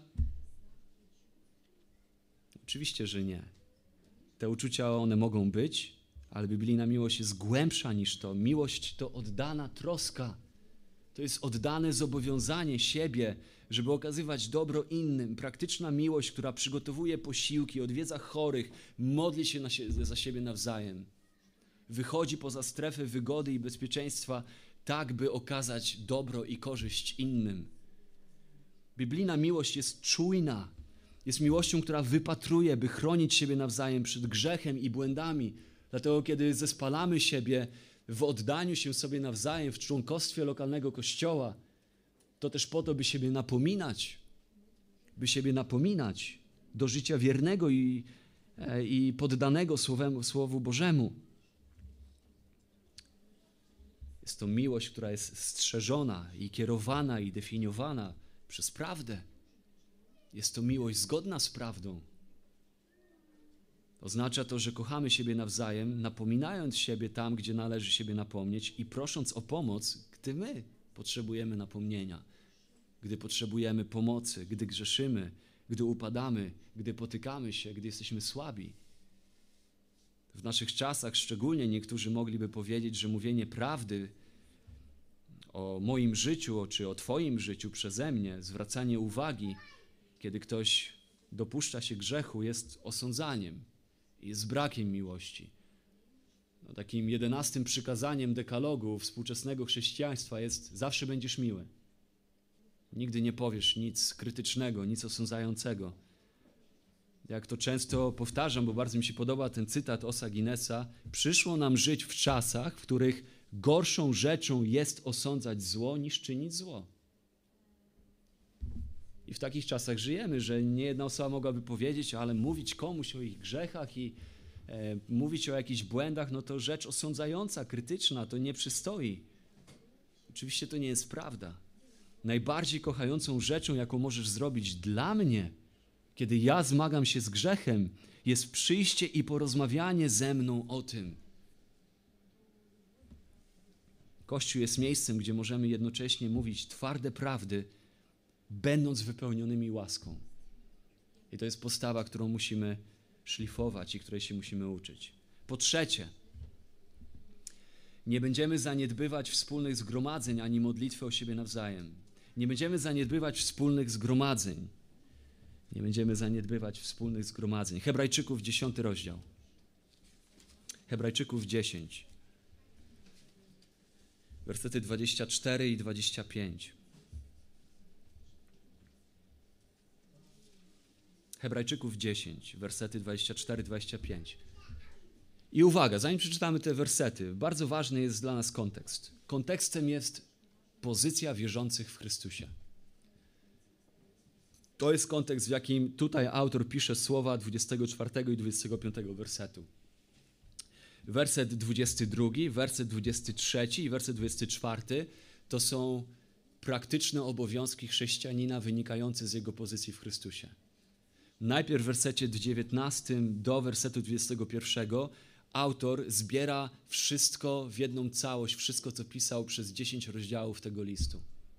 Oczywiście, że nie. Te uczucia, one mogą być, ale biblijna miłość jest głębsza niż to. Miłość to oddana troska. To jest oddane zobowiązanie siebie, żeby okazywać dobro innym. Praktyczna miłość, która przygotowuje posiłki, odwiedza chorych, modli się na sie- za siebie nawzajem. Wychodzi poza strefę wygody i bezpieczeństwa, tak by okazać dobro i korzyść innym. Biblijna miłość jest czujna. Jest miłością, która wypatruje, by chronić siebie nawzajem przed grzechem i błędami. Dlatego, kiedy zespalamy siebie w oddaniu się sobie nawzajem, w członkostwie lokalnego kościoła, to też po to, by siebie napominać, by siebie napominać do życia wiernego i, i poddanego Słowemu, Słowu Bożemu. Jest to miłość, która jest strzeżona i kierowana i definiowana przez prawdę. Jest to miłość zgodna z prawdą. Oznacza to, że kochamy siebie nawzajem, napominając siebie tam, gdzie należy siebie napomnieć i prosząc o pomoc, gdy my potrzebujemy napomnienia, gdy potrzebujemy pomocy, gdy grzeszymy, gdy upadamy, gdy potykamy się, gdy jesteśmy słabi. W naszych czasach szczególnie niektórzy mogliby powiedzieć, że mówienie prawdy o moim życiu, czy o Twoim życiu przeze mnie, zwracanie uwagi, kiedy ktoś dopuszcza się grzechu, jest osądzaniem, jest brakiem miłości. No, takim jedenastym przykazaniem dekalogu współczesnego chrześcijaństwa jest: zawsze będziesz miły. Nigdy nie powiesz nic krytycznego, nic osądzającego. Jak to często powtarzam, bo bardzo mi się podoba ten cytat Osa Guinnessa: przyszło nam żyć w czasach, w których gorszą rzeczą jest osądzać zło, niż czynić zło. I w takich czasach żyjemy, że nie jedna osoba mogłaby powiedzieć, ale mówić komuś o ich grzechach i e, mówić o jakichś błędach, no to rzecz osądzająca, krytyczna, to nie przystoi. Oczywiście to nie jest prawda. Najbardziej kochającą rzeczą, jaką możesz zrobić dla mnie, kiedy ja zmagam się z grzechem, jest przyjście i porozmawianie ze mną o tym. Kościół jest miejscem, gdzie możemy jednocześnie mówić twarde prawdy, będąc wypełnionymi łaską. I to jest postawa, którą musimy szlifować i której się musimy uczyć. Po trzecie, nie będziemy zaniedbywać wspólnych zgromadzeń ani modlitwy o siebie nawzajem. Nie będziemy zaniedbywać wspólnych zgromadzeń. Nie będziemy zaniedbywać wspólnych zgromadzeń. Hebrajczyków, dziesiąty rozdział. Hebrajczyków dziesięć. Wersety dwadzieścia cztery i dwadzieścia pięć. Hebrajczyków dziesięć, wersety dwadzieścia cztery do dwudziestu pięciu. I uwaga, zanim przeczytamy te wersety, bardzo ważny jest dla nas kontekst. Kontekstem jest pozycja wierzących w Chrystusie. To jest kontekst, w jakim tutaj autor pisze słowa dwudziestego czwartego i dwudziestego piątego wersetu. Werset dwudziesty drugi, werset dwudziesty trzeci i werset dwudziesty czwarty to są praktyczne obowiązki chrześcijanina wynikające z jego pozycji w Chrystusie. Najpierw w wersecie dziewiętnastym do wersetu dwudziestego pierwszego autor zbiera wszystko w jedną całość, wszystko co pisał przez dziesięć rozdziałów tego listu.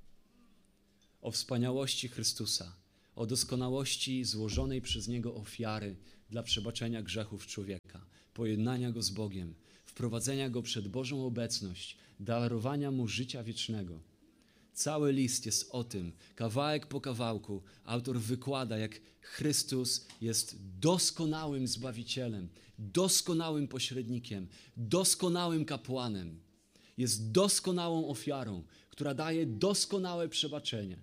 O wspaniałości Chrystusa, o doskonałości złożonej przez Niego ofiary dla przebaczenia grzechów człowieka, pojednania Go z Bogiem, wprowadzenia Go przed Bożą obecność, darowania Mu życia wiecznego. Cały list jest o tym, kawałek po kawałku autor wykłada, jak Chrystus jest doskonałym Zbawicielem, doskonałym pośrednikiem, doskonałym kapłanem. Jest doskonałą ofiarą, która daje doskonałe przebaczenie.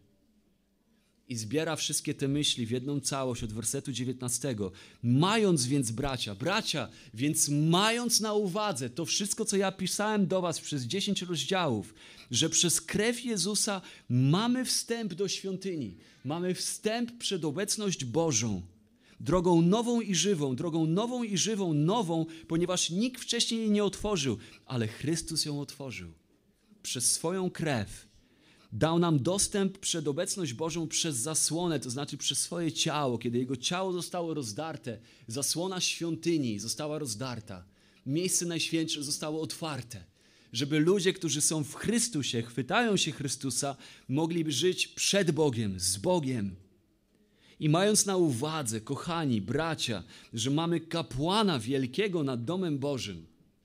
I zbiera wszystkie te myśli w jedną całość od wersetu dziewiętnastego. Mając więc bracia, bracia, więc mając na uwadze to wszystko, co ja pisałem do was przez dziesięć rozdziałów, że przez krew Jezusa mamy wstęp do świątyni, mamy wstęp przed obecność Bożą, drogą nową i żywą, drogą nową i żywą, nową, ponieważ nikt wcześniej jej nie otworzył, ale Chrystus ją otworzył. Przez swoją krew dał nam dostęp przed obecność Bożą przez zasłonę, to znaczy przez swoje ciało. Kiedy Jego ciało zostało rozdarte, zasłona świątyni została rozdarta. Miejsce najświętsze zostało otwarte, żeby ludzie, którzy są w Chrystusie, chwytają się Chrystusa, mogliby żyć przed Bogiem, z Bogiem. I mając na uwadze, kochani bracia, że mamy kapłana wielkiego nad domem Bożym,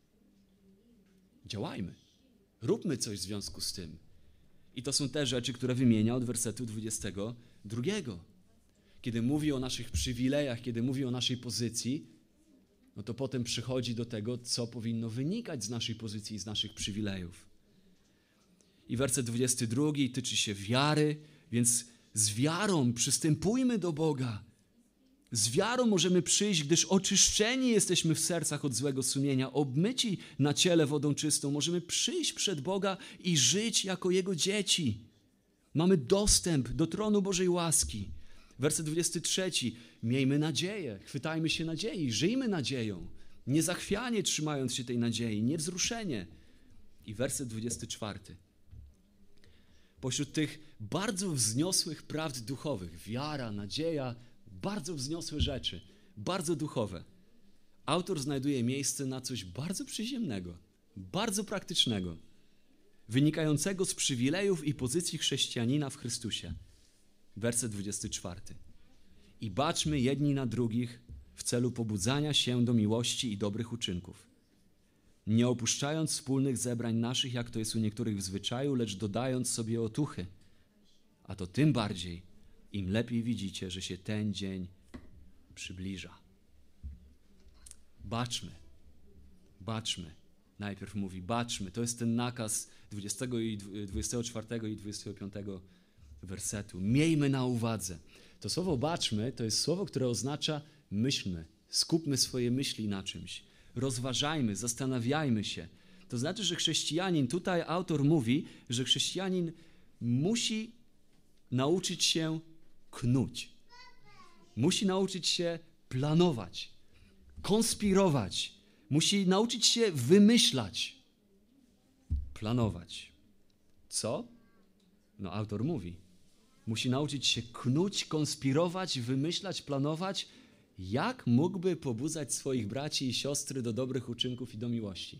działajmy, róbmy coś w związku z tym. I to są te rzeczy, które wymienia od wersetu dwudziestego drugiego. Kiedy mówi o naszych przywilejach, kiedy mówi o naszej pozycji, no to potem przychodzi do tego, co powinno wynikać z naszej pozycji i z naszych przywilejów. I werset dwudziesty drugi tyczy się wiary, więc z wiarą przystępujmy do Boga. Z wiarą możemy przyjść, gdyż oczyszczeni jesteśmy w sercach od złego sumienia, obmyci na ciele wodą czystą. Możemy przyjść przed Boga i żyć jako Jego dzieci. Mamy dostęp do tronu Bożej łaski. Werset dwudziesty trzeci. Miejmy nadzieję, chwytajmy się nadziei, żyjmy nadzieją. Niezachwianie trzymając się tej nadziei, niewzruszenie. I werset dwudziesty czwarty. Pośród tych bardzo wzniosłych prawd duchowych, wiara, nadzieja, bardzo wzniosłe rzeczy, bardzo duchowe, autor znajduje miejsce na coś bardzo przyziemnego, bardzo praktycznego, wynikającego z przywilejów i pozycji chrześcijanina w Chrystusie. Werset dwudziesty czwarty. I baczmy jedni na drugich w celu pobudzania się do miłości i dobrych uczynków, nie opuszczając wspólnych zebrań naszych, jak to jest u niektórych w zwyczaju, lecz dodając sobie otuchy, a to tym bardziej, im lepiej widzicie, że się ten dzień przybliża. Baczmy, baczmy. Najpierw mówi baczmy. To jest ten nakaz dwudziestego, dwudziestego czwartego i dwudziestego piątego wersetu. Miejmy na uwadze. To słowo baczmy to jest słowo, które oznacza myślmy. Skupmy swoje myśli na czymś. Rozważajmy, zastanawiajmy się. To znaczy, że chrześcijanin, tutaj autor mówi, że chrześcijanin musi nauczyć się knuć. Musi nauczyć się planować, konspirować. Musi nauczyć się wymyślać, planować. Co? No autor mówi. Musi nauczyć się knuć, konspirować, wymyślać, planować, jak mógłby pobudzać swoich braci i siostry do dobrych uczynków i do miłości.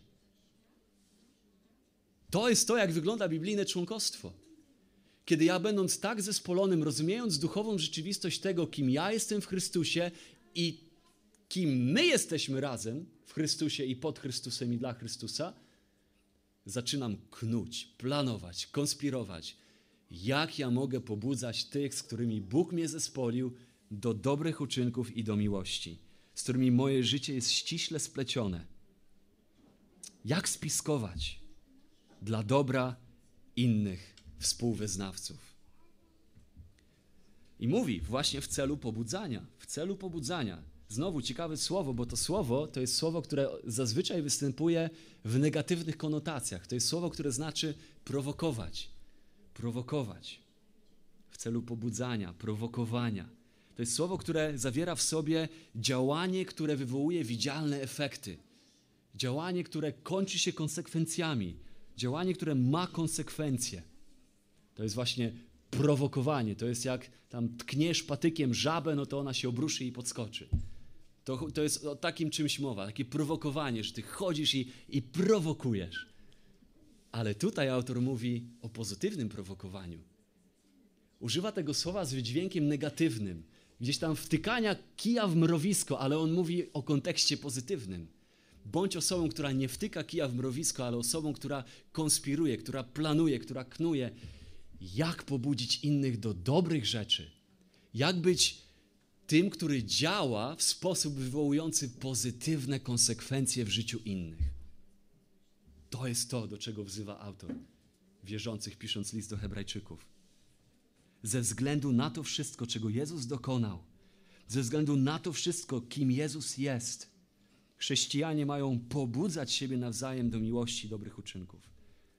To jest to, jak wygląda biblijne członkostwo. Kiedy ja, będąc tak zespolonym, rozumiejąc duchową rzeczywistość tego, kim ja jestem w Chrystusie i kim my jesteśmy razem w Chrystusie i pod Chrystusem i dla Chrystusa, zaczynam knuć, planować, konspirować, jak ja mogę pobudzać tych, z którymi Bóg mnie zespolił, do dobrych uczynków i do miłości, z którymi moje życie jest ściśle splecione. Jak spiskować? dla dobra innych współwyznawców. I mówi właśnie w celu pobudzania, w celu pobudzania. Znowu ciekawe słowo, bo to słowo to jest słowo, które zazwyczaj występuje w negatywnych konotacjach. To jest słowo, które znaczy prowokować, prowokować. W celu pobudzania, prowokowania. To jest słowo, które zawiera w sobie działanie, które wywołuje widzialne efekty. Działanie, które kończy się konsekwencjami. Działanie, które ma konsekwencje. To jest właśnie prowokowanie. To jest jak tam tkniesz patykiem żabę, no to ona się obruszy i podskoczy. To, to jest o takim czymś mowa, takie prowokowanie, że ty chodzisz i, i prowokujesz. Ale tutaj autor mówi o pozytywnym prowokowaniu. Używa tego słowa z wydźwiękiem negatywnym. Gdzieś tam wtykania kija w mrowisko, ale on mówi o kontekście pozytywnym. Bądź osobą, która nie wtyka kija w mrowisko, ale osobą, która konspiruje, która planuje, która knuje. Jak pobudzić innych do dobrych rzeczy? Jak być tym, który działa w sposób wywołujący pozytywne konsekwencje w życiu innych? To jest to, do czego wzywa autor wierzących, pisząc list do Hebrajczyków. Ze względu na to wszystko, czego Jezus dokonał, ze względu na to wszystko, kim Jezus jest, chrześcijanie mają pobudzać siebie nawzajem do miłości i dobrych uczynków.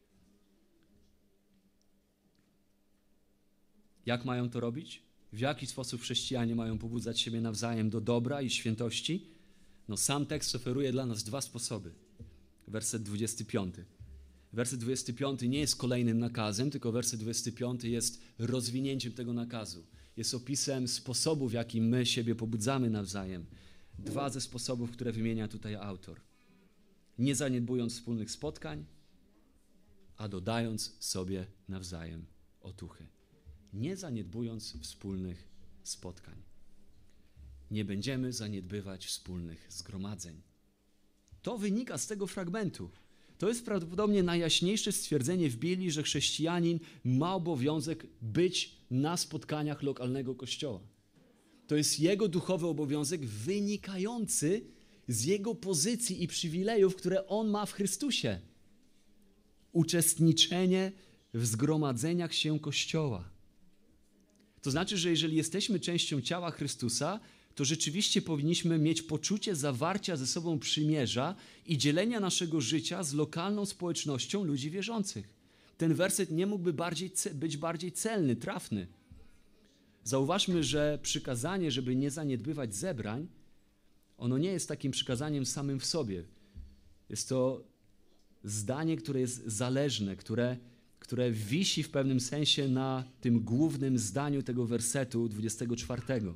Jak mają to robić? W jaki sposób chrześcijanie mają pobudzać siebie nawzajem do dobra i świętości? No sam tekst oferuje dla nas dwa sposoby. Werset dwudziesty piąty. Werset dwudziesty piąty nie jest kolejnym nakazem, tylko werset dwudziesty piąty jest rozwinięciem tego nakazu. Jest opisem sposobu, w jaki my siebie pobudzamy nawzajem. Dwa ze sposobów, które wymienia tutaj autor. Nie zaniedbując wspólnych spotkań, a dodając sobie nawzajem otuchy. Nie zaniedbując wspólnych spotkań. Nie będziemy zaniedbywać wspólnych zgromadzeń. To wynika z tego fragmentu. To jest prawdopodobnie najjaśniejsze stwierdzenie w Biblii, że chrześcijanin ma obowiązek być na spotkaniach lokalnego kościoła. To jest jego duchowy obowiązek wynikający z jego pozycji i przywilejów, które on ma w Chrystusie. Uczestniczenie w zgromadzeniach się Kościoła. To znaczy, że jeżeli jesteśmy częścią ciała Chrystusa, to rzeczywiście powinniśmy mieć poczucie zawarcia ze sobą przymierza i dzielenia naszego życia z lokalną społecznością ludzi wierzących. Ten werset nie mógłby bardziej, być bardziej celny, trafny. Zauważmy, że przykazanie, żeby nie zaniedbywać zebrań, ono nie jest takim przykazaniem samym w sobie. Jest to zdanie, które jest zależne, które, które wisi w pewnym sensie na tym głównym zdaniu tego wersetu dwudziestego czwartego.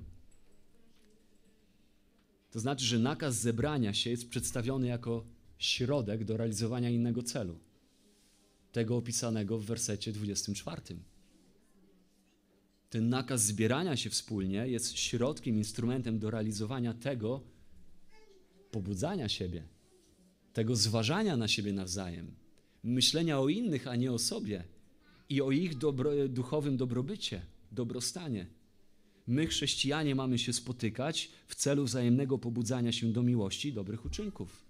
To znaczy, że nakaz zebrania się jest przedstawiony jako środek do realizowania innego celu. Tego opisanego w wersecie dwudziestym czwartym. Ten nakaz zbierania się wspólnie jest środkiem, instrumentem do realizowania tego pobudzania siebie, tego zważania na siebie nawzajem, myślenia o innych, a nie o sobie i o ich dobro, duchowym dobrobycie, dobrostanie. My, chrześcijanie, mamy się spotykać w celu wzajemnego pobudzania się do miłości i dobrych uczynków.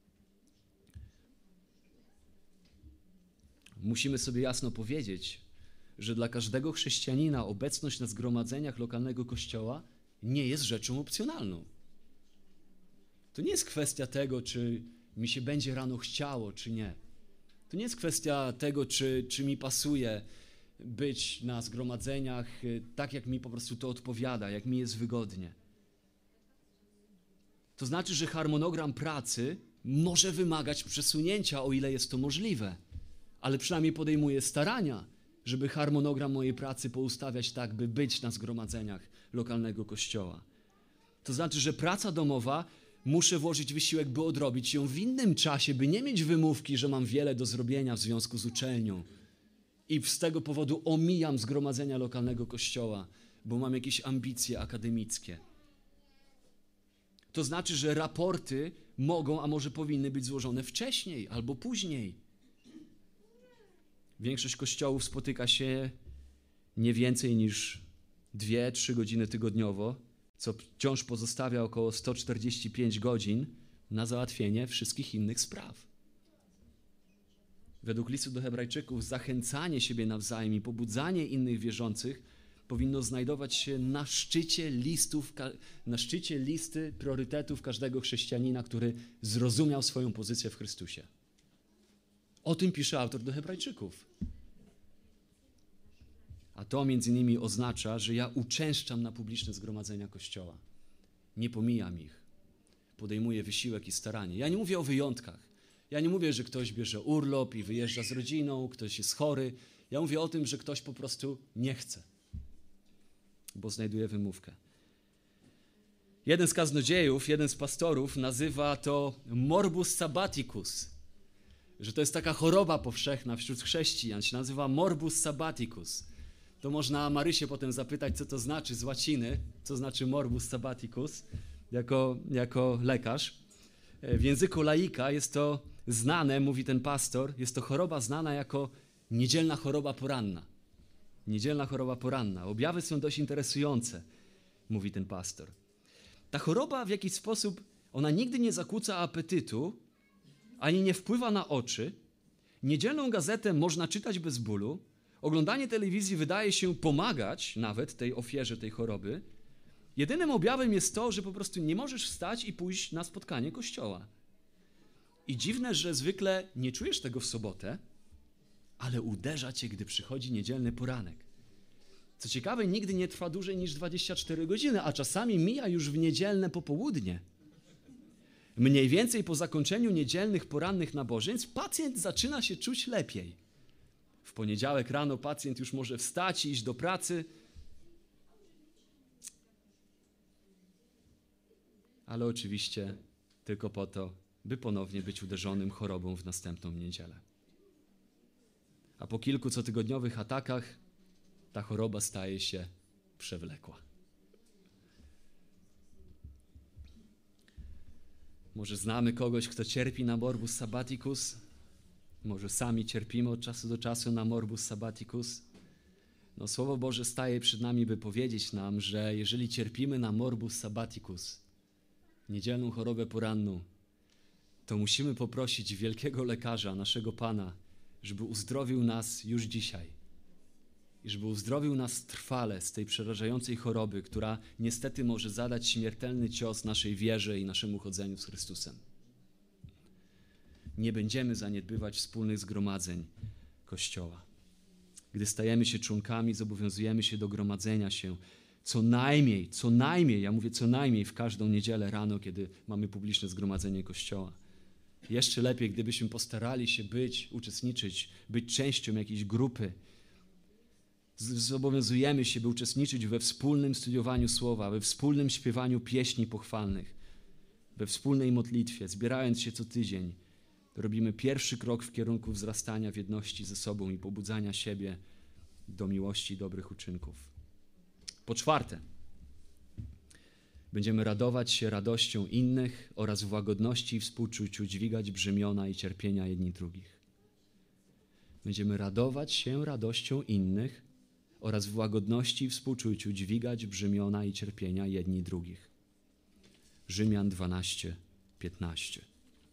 Musimy sobie jasno powiedzieć, że dla każdego chrześcijanina obecność na zgromadzeniach lokalnego kościoła nie jest rzeczą opcjonalną. To nie jest kwestia tego, czy mi się będzie rano chciało, czy nie. To nie jest kwestia tego, czy, czy mi pasuje być na zgromadzeniach tak, jak mi po prostu to odpowiada, jak mi jest wygodnie. To znaczy, że harmonogram pracy może wymagać przesunięcia, o ile jest to możliwe, ale przynajmniej podejmuję starania, żeby harmonogram mojej pracy poustawiać tak, by być na zgromadzeniach lokalnego kościoła. To znaczy, że praca domowa, muszę włożyć wysiłek, by odrobić ją w innym czasie, by nie mieć wymówki, że mam wiele do zrobienia w związku z uczelnią i z tego powodu omijam zgromadzenia lokalnego kościoła, bo mam jakieś ambicje akademickie. To znaczy, że raporty mogą, a może powinny być złożone wcześniej albo później. Większość kościołów spotyka się nie więcej niż dwie, trzy godziny tygodniowo, co wciąż pozostawia około sto czterdzieści pięć godzin na załatwienie wszystkich innych spraw. Według listu do Hebrajczyków zachęcanie siebie nawzajem i pobudzanie innych wierzących powinno znajdować się na szczycie listów, na szczycie listy priorytetów każdego chrześcijanina, który zrozumiał swoją pozycję w Chrystusie. O tym pisze autor do Hebrajczyków. A to między innymi oznacza, że ja uczęszczam na publiczne zgromadzenia Kościoła. Nie pomijam ich. Podejmuję wysiłek i staranie. Ja nie mówię o wyjątkach. Ja nie mówię, że ktoś bierze urlop i wyjeżdża z rodziną, ktoś jest chory. Ja mówię o tym, że ktoś po prostu nie chce, bo znajduje wymówkę. Jeden z kaznodziejów, jeden z pastorów nazywa to morbus sabbaticus, że to jest taka choroba powszechna wśród chrześcijan, się nazywa morbus sabbaticus. To można Marysię potem zapytać, co to znaczy z łaciny, co znaczy morbus sabbaticus, jako, jako lekarz. W języku laika jest to znane, mówi ten pastor, jest to choroba znana jako niedzielna choroba poranna. Niedzielna choroba poranna. Objawy są dość interesujące, mówi ten pastor. Ta choroba w jakiś sposób, ona nigdy nie zakłóca apetytu, ani nie wpływa na oczy. Niedzielną gazetę można czytać bez bólu. Oglądanie telewizji wydaje się pomagać nawet tej ofierze tej choroby. Jedynym objawem jest to, że po prostu nie możesz wstać i pójść na spotkanie kościoła. I dziwne, że zwykle nie czujesz tego w sobotę, ale uderza cię, gdy przychodzi niedzielny poranek. Co ciekawe, nigdy nie trwa dłużej niż dwadzieścia cztery godziny, a czasami mija już w niedzielne popołudnie. Mniej więcej po zakończeniu niedzielnych porannych nabożeństw pacjent zaczyna się czuć lepiej. W poniedziałek rano pacjent już może wstać i iść do pracy, ale oczywiście tylko po to, by ponownie być uderzonym chorobą w następną niedzielę. A po kilku cotygodniowych atakach ta choroba staje się przewlekła. Może znamy kogoś, kto cierpi na morbus sabbaticus? Może sami cierpimy od czasu do czasu na morbus sabbaticus? No, Słowo Boże staje przed nami, by powiedzieć nam, że jeżeli cierpimy na morbus sabbaticus, niedzielną chorobę poranną, to musimy poprosić wielkiego lekarza, naszego Pana, żeby uzdrowił nas już dzisiaj i żeby uzdrowił nas trwale z tej przerażającej choroby, która niestety może zadać śmiertelny cios naszej wierze i naszemu chodzeniu z Chrystusem. Nie będziemy zaniedbywać wspólnych zgromadzeń Kościoła. Gdy stajemy się członkami, zobowiązujemy się do gromadzenia się co najmniej, co najmniej, ja mówię co najmniej w każdą niedzielę rano, kiedy mamy publiczne zgromadzenie Kościoła. Jeszcze lepiej, gdybyśmy postarali się być, uczestniczyć, być częścią jakiejś grupy. Zobowiązujemy się, by uczestniczyć we wspólnym studiowaniu Słowa, we wspólnym śpiewaniu pieśni pochwalnych, we wspólnej modlitwie, zbierając się co tydzień. Robimy pierwszy krok w kierunku wzrastania w jedności ze sobą i pobudzania siebie do miłości i dobrych uczynków. Po czwarte, będziemy radować się radością innych oraz w łagodności i współczuciu dźwigać brzemiona i cierpienia jedni drugich. Będziemy radować się radością innych oraz w łagodności i współczuciu dźwigać brzemiona i cierpienia jedni drugich. Rzymian dwanaście, piętnaście.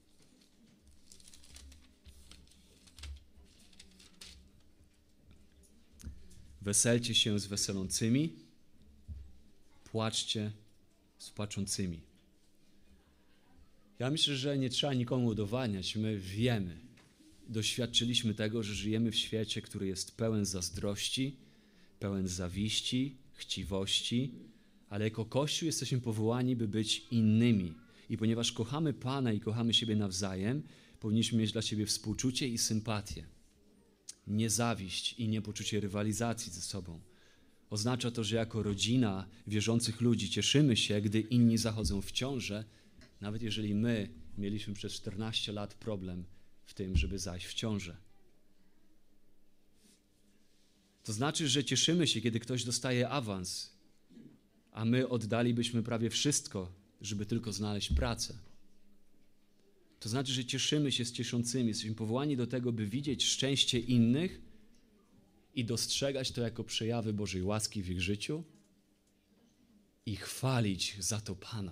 Weselcie się z weselącymi, płaczcie z płaczącymi. Ja myślę, że nie trzeba nikomu udowadniać. My wiemy, doświadczyliśmy tego, że żyjemy w świecie, który jest pełen zazdrości, pełen zawiści, chciwości, ale jako Kościół jesteśmy powołani, by być innymi. I ponieważ kochamy Pana i kochamy siebie nawzajem, powinniśmy mieć dla siebie współczucie i sympatię. Nie zawiść i nie poczucie rywalizacji ze sobą. Oznacza to, że jako rodzina wierzących ludzi cieszymy się, gdy inni zachodzą w ciążę, nawet jeżeli my mieliśmy przez czternaście lat problem w tym, żeby zajść w ciążę. To znaczy, że cieszymy się, kiedy ktoś dostaje awans, a my oddalibyśmy prawie wszystko, żeby tylko znaleźć pracę. To znaczy, że cieszymy się z cieszącymi, jesteśmy powołani do tego, by widzieć szczęście innych i dostrzegać to jako przejawy Bożej łaski w ich życiu i chwalić za to Pana.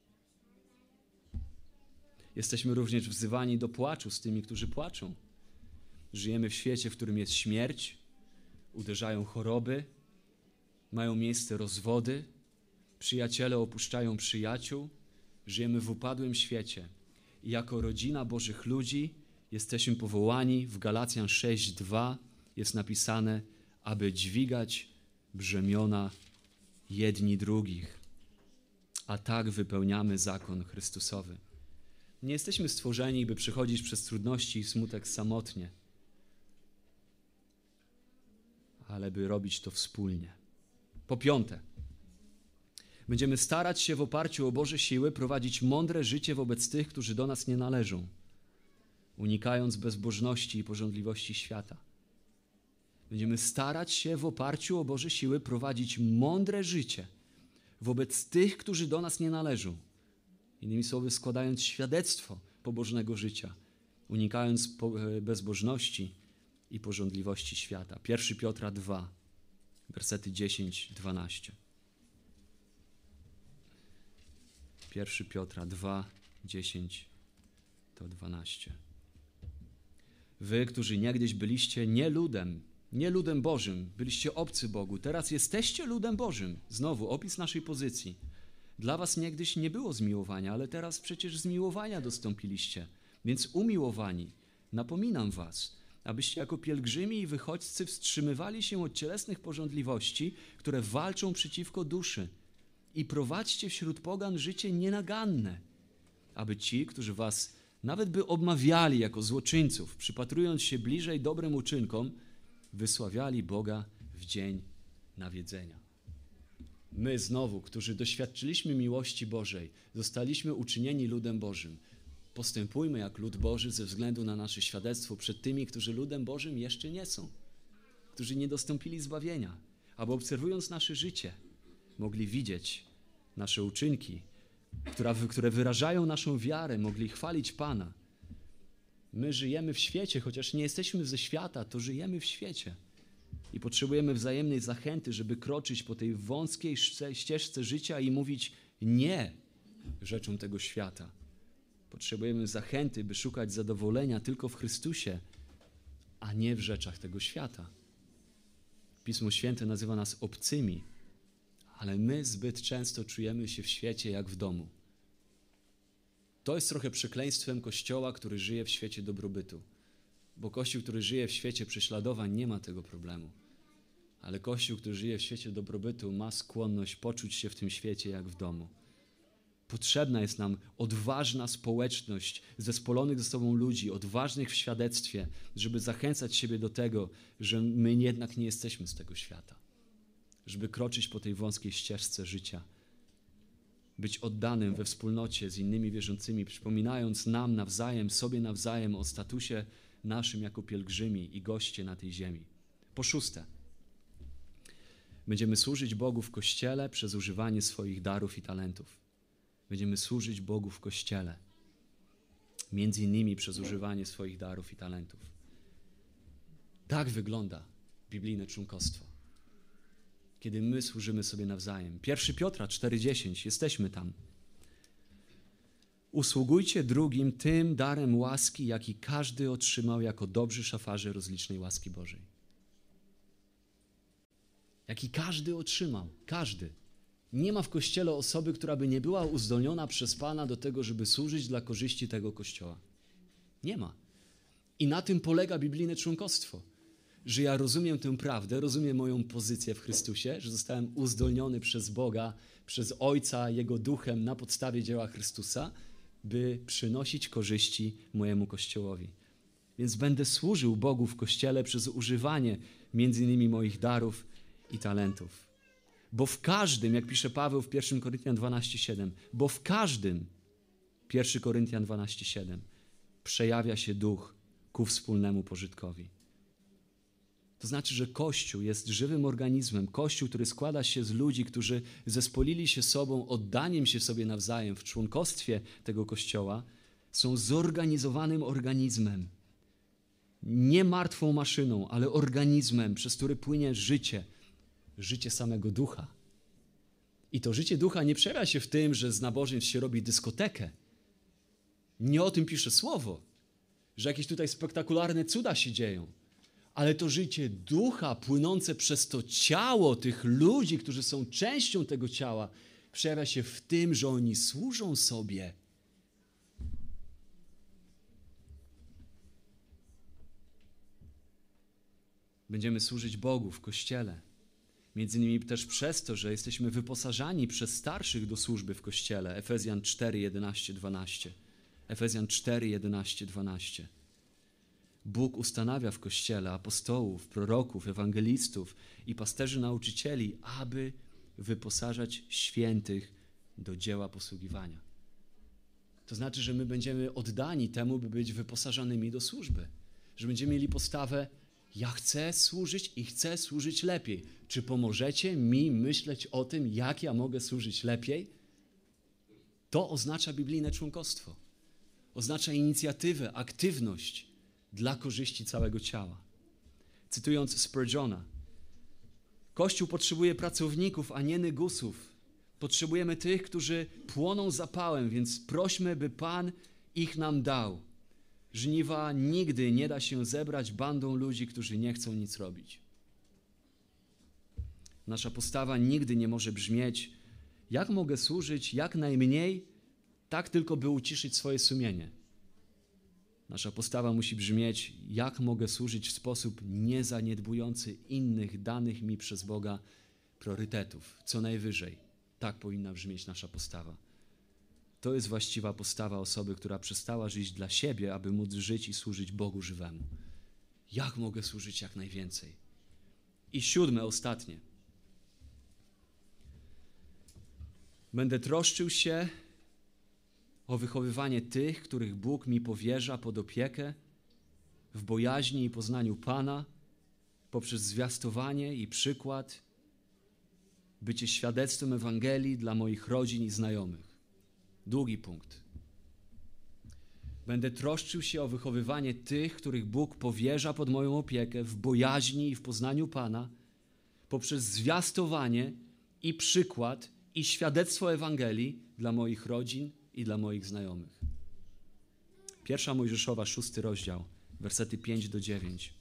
Jesteśmy również wzywani do płaczu z tymi, którzy płaczą. Żyjemy w świecie, w którym jest śmierć, uderzają choroby, mają miejsce rozwody, przyjaciele opuszczają przyjaciół. Żyjemy w upadłym świecie. I jako rodzina Bożych ludzi jesteśmy powołani, w Galacjan sześć dwa jest napisane, aby dźwigać brzemiona jedni drugich. A tak wypełniamy zakon Chrystusowy. Nie jesteśmy stworzeni, by przechodzić przez trudności i smutek samotnie, ale by robić to wspólnie. Po piąte, będziemy starać się w oparciu o Boże siły prowadzić mądre życie wobec tych, którzy do nas nie należą, unikając bezbożności i pożądliwości świata. Będziemy starać się w oparciu o Boże siły prowadzić mądre życie wobec tych, którzy do nas nie należą. Innymi słowy, składając świadectwo pobożnego życia, unikając bezbożności i pożądliwości świata. pierwszy Piotra dwa, wersety dziesięć dwanaście. pierwszy Piotra dwa, dziesięć do dwunastu. Wy, którzy niegdyś byliście nie ludem, nie ludem Bożym, byliście obcy Bogu, teraz jesteście ludem Bożym. Znowu opis naszej pozycji. Dla was niegdyś nie było zmiłowania, ale teraz przecież zmiłowania dostąpiliście. Więc umiłowani, napominam was, abyście jako pielgrzymi i wychodźcy wstrzymywali się od cielesnych pożądliwości, które walczą przeciwko duszy, i prowadźcie wśród pogan życie nienaganne, aby ci, którzy was nawet by obmawiali jako złoczyńców, przypatrując się bliżej dobrym uczynkom, wysławiali Boga w dzień nawiedzenia. My znowu, którzy doświadczyliśmy miłości Bożej, zostaliśmy uczynieni ludem Bożym. Postępujmy jak lud Boży ze względu na nasze świadectwo przed tymi, którzy ludem Bożym jeszcze nie są, którzy nie dostąpili zbawienia, aby obserwując nasze życie, mogli widzieć nasze uczynki, które wyrażają naszą wiarę, mogli chwalić Pana. My żyjemy w świecie, chociaż nie jesteśmy ze świata, to żyjemy w świecie. I potrzebujemy wzajemnej zachęty, żeby kroczyć po tej wąskiej ścieżce życia i mówić nie rzeczom tego świata. Potrzebujemy zachęty, by szukać zadowolenia tylko w Chrystusie, a nie w rzeczach tego świata. Pismo Święte nazywa nas obcymi, ale my zbyt często czujemy się w świecie jak w domu. To jest trochę przekleństwem Kościoła, który żyje w świecie dobrobytu. Bo Kościół, który żyje w świecie prześladowań, nie ma tego problemu. Ale Kościół, który żyje w świecie dobrobytu, ma skłonność poczuć się w tym świecie jak w domu. Potrzebna jest nam odważna społeczność zespolonych ze sobą ludzi, odważnych w świadectwie, żeby zachęcać siebie do tego, że my jednak nie jesteśmy z tego świata. Żeby kroczyć po tej wąskiej ścieżce życia. Być oddanym we wspólnocie z innymi wierzącymi, przypominając nam nawzajem, sobie nawzajem o statusie naszym jako pielgrzymi i goście na tej ziemi. Po szóste, będziemy służyć Bogu w Kościele przez używanie swoich darów i talentów. Będziemy służyć Bogu w Kościele, między innymi przez używanie swoich darów i talentów. Tak wygląda biblijne członkostwo, kiedy my służymy sobie nawzajem. pierwszy Piotra cztery dziesięć, jesteśmy tam. Usługujcie drugim tym darem łaski, jaki każdy otrzymał jako dobrzy szafarze rozlicznej łaski Bożej. Jaki każdy otrzymał. Każdy. Nie ma w Kościele osoby, która by nie była uzdolniona przez Pana do tego, żeby służyć dla korzyści tego Kościoła. Nie ma. I na tym polega biblijne członkostwo. Że ja rozumiem tę prawdę, rozumiem moją pozycję w Chrystusie, że zostałem uzdolniony przez Boga, przez Ojca, Jego Duchem na podstawie dzieła Chrystusa, by przynosić korzyści mojemu Kościołowi. Więc będę służył Bogu w Kościele przez używanie między innymi moich darów i talentów. Bo w każdym, jak pisze Paweł w pierwszym Koryntian dwanaście siedem, bo w każdym, pierwszy Koryntian dwanaście siedem, przejawia się Duch ku wspólnemu pożytkowi. To znaczy, że Kościół jest żywym organizmem. Kościół, który składa się z ludzi, którzy zespolili się sobą, oddaniem się sobie nawzajem w członkostwie tego Kościoła, są zorganizowanym organizmem. Nie martwą maszyną, ale organizmem, przez który płynie życie. Życie samego Ducha. I to życie Ducha nie przejawia się w tym, że z nabożeństw się robi dyskotekę. Nie o tym pisze Słowo. że jakieś tutaj spektakularne cuda się dzieją. Ale to życie ducha płynące przez to ciało tych ludzi, którzy są częścią tego ciała, przejawia się w tym, że oni służą sobie. Będziemy służyć Bogu w Kościele. Między innymi też przez to, że jesteśmy wyposażani przez starszych do służby w Kościele. Efezjan cztery, jedenaście, dwanaście. Efezjan cztery, jedenaście, dwanaście. Bóg ustanawia w Kościele apostołów, proroków, ewangelistów i pasterzy nauczycieli, aby wyposażać świętych do dzieła posługiwania. To znaczy, że my będziemy oddani temu, by być wyposażonymi do służby. Że będziemy mieli postawę: ja chcę służyć i chcę służyć lepiej. Czy pomożecie mi myśleć o tym, jak ja mogę służyć lepiej? To oznacza biblijne członkostwo. Oznacza inicjatywę, aktywność dla korzyści całego ciała. Cytując Spurgeona: Kościół potrzebuje pracowników, a nie nygusów. Potrzebujemy tych, którzy płoną zapałem, więc prośmy, by Pan ich nam dał. Żniwa nigdy nie da się zebrać bandą ludzi, którzy nie chcą nic robić. Nasza postawa nigdy nie może brzmieć: jak mogę służyć jak najmniej, tak tylko by uciszyć swoje sumienie. Nasza postawa musi brzmieć: jak mogę służyć w sposób niezaniedbujący innych danych mi przez Boga priorytetów, co najwyżej. Tak powinna brzmieć nasza postawa. To jest właściwa postawa osoby, która przestała żyć dla siebie, aby móc żyć i służyć Bogu żywemu. Jak mogę służyć jak najwięcej? I siódme, ostatnie. Będę troszczył się o wychowywanie tych, których Bóg mi powierza pod opiekę, w bojaźni i poznaniu Pana, poprzez zwiastowanie i przykład, bycie świadectwem Ewangelii dla moich rodzin i znajomych. Długi punkt. Będę troszczył się o wychowywanie tych, których Bóg powierza pod moją opiekę, w bojaźni i w poznaniu Pana, poprzez zwiastowanie i przykład i świadectwo Ewangelii dla moich rodzin i dla moich znajomych. Pierwsza Mojżeszowa, szósty rozdział, wersety pięć do dziewięć.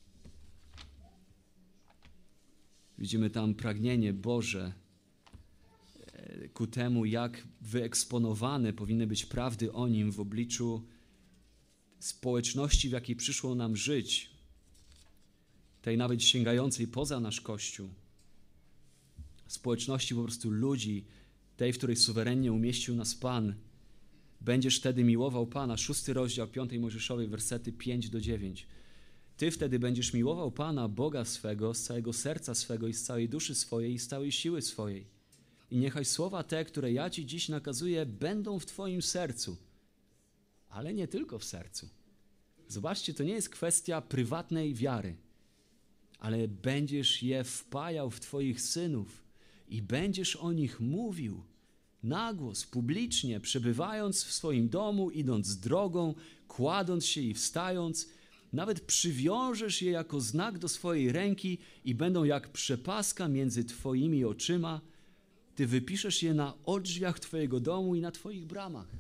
Widzimy tam pragnienie Boże ku temu, jak wyeksponowane powinny być prawdy o Nim w obliczu społeczności, w jakiej przyszło nam żyć, tej nawet sięgającej poza nasz Kościół, społeczności po prostu ludzi, tej, w której suwerennie umieścił nas Pan. Będziesz wtedy miłował Pana, szósty rozdział piątej Mojżeszowej, wersety pięć do dziewięć. Ty wtedy będziesz miłował Pana, Boga swego, z całego serca swego i z całej duszy swojej i z całej siły swojej. I niechaj słowa te, które ja Ci dziś nakazuję, będą w Twoim sercu, ale nie tylko w sercu. Zobaczcie, to nie jest kwestia prywatnej wiary, ale będziesz je wpajał w Twoich synów i będziesz o nich mówił na głos, publicznie, przebywając w swoim domu, idąc drogą, kładąc się i wstając. Nawet przywiążesz je jako znak do swojej ręki i będą jak przepaska między Twoimi oczyma. Ty wypiszesz je na odrzwiach Twojego domu i na Twoich bramach.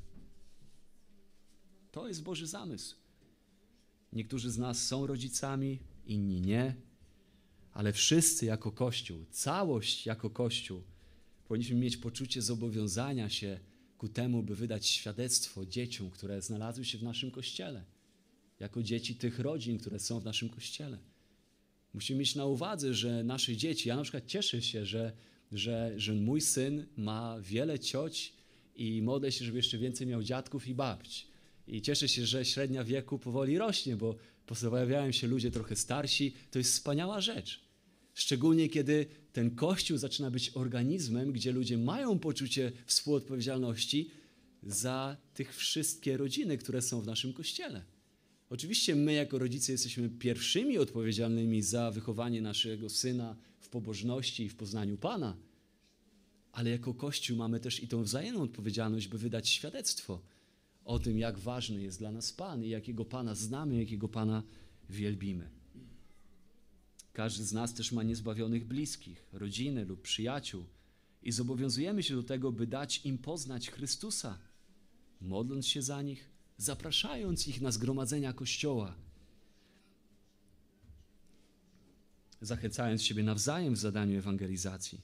To jest Boży zamysł. Niektórzy z nas są rodzicami, inni nie, ale wszyscy jako Kościół, całość jako Kościół, powinniśmy mieć poczucie zobowiązania się ku temu, by wydać świadectwo dzieciom, które znalazły się w naszym Kościele, jako dzieci tych rodzin, które są w naszym Kościele. Musimy mieć na uwadze, że nasze dzieci, ja na przykład cieszę się, że, że, że mój syn ma wiele cioć i modlę się, żeby jeszcze więcej miał dziadków i babć. I cieszę się, że średnia wieku powoli rośnie, bo pojawiają się ludzie trochę starsi. To jest wspaniała rzecz. Szczególnie kiedy ten Kościół zaczyna być organizmem, gdzie ludzie mają poczucie współodpowiedzialności za tych wszystkie rodziny, które są w naszym Kościele. Oczywiście my jako rodzice jesteśmy pierwszymi odpowiedzialnymi za wychowanie naszego syna w pobożności i w poznaniu Pana, ale jako Kościół mamy też i tą wzajemną odpowiedzialność, by wydać świadectwo o tym, jak ważny jest dla nas Pan i jakiego Pana znamy, jakiego Pana wielbimy. Każdy z nas też ma niezbawionych bliskich, rodziny lub przyjaciół i zobowiązujemy się do tego, by dać im poznać Chrystusa, modląc się za nich, zapraszając ich na zgromadzenia Kościoła, zachęcając siebie nawzajem w zadaniu ewangelizacji.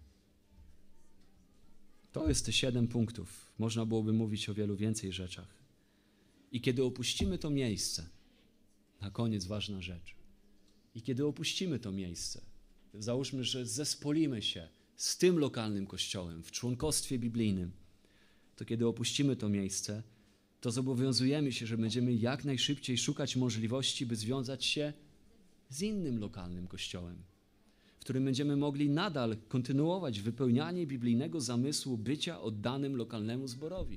To jest te siedem punktów. Można byłoby mówić o wielu więcej rzeczach. I kiedy opuścimy to miejsce, na koniec ważna rzecz, i kiedy opuścimy to miejsce, załóżmy, że zespolimy się z tym lokalnym kościołem w członkostwie biblijnym, to kiedy opuścimy to miejsce, to zobowiązujemy się, że będziemy jak najszybciej szukać możliwości, by związać się z innym lokalnym kościołem, w którym będziemy mogli nadal kontynuować wypełnianie biblijnego zamysłu bycia oddanym lokalnemu zborowi.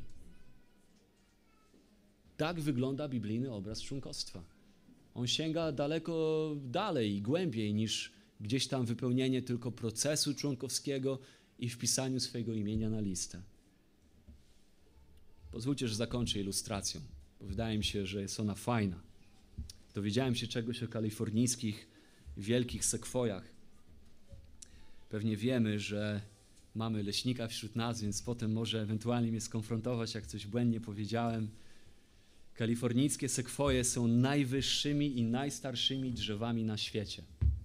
Tak wygląda biblijny obraz członkostwa. On sięga daleko dalej i głębiej niż gdzieś tam wypełnienie tylko procesu członkowskiego i wpisaniu swojego imienia na listę. Pozwólcie, że zakończę ilustracją, bo wydaje mi się, że jest ona fajna. Dowiedziałem się czegoś o kalifornijskich wielkich sekwojach. Pewnie wiemy, że mamy leśnika wśród nas, więc potem może ewentualnie mnie skonfrontować, jak coś błędnie powiedziałem. Kalifornijskie sekwoje są najwyższymi i najstarszymi drzewami na świecie.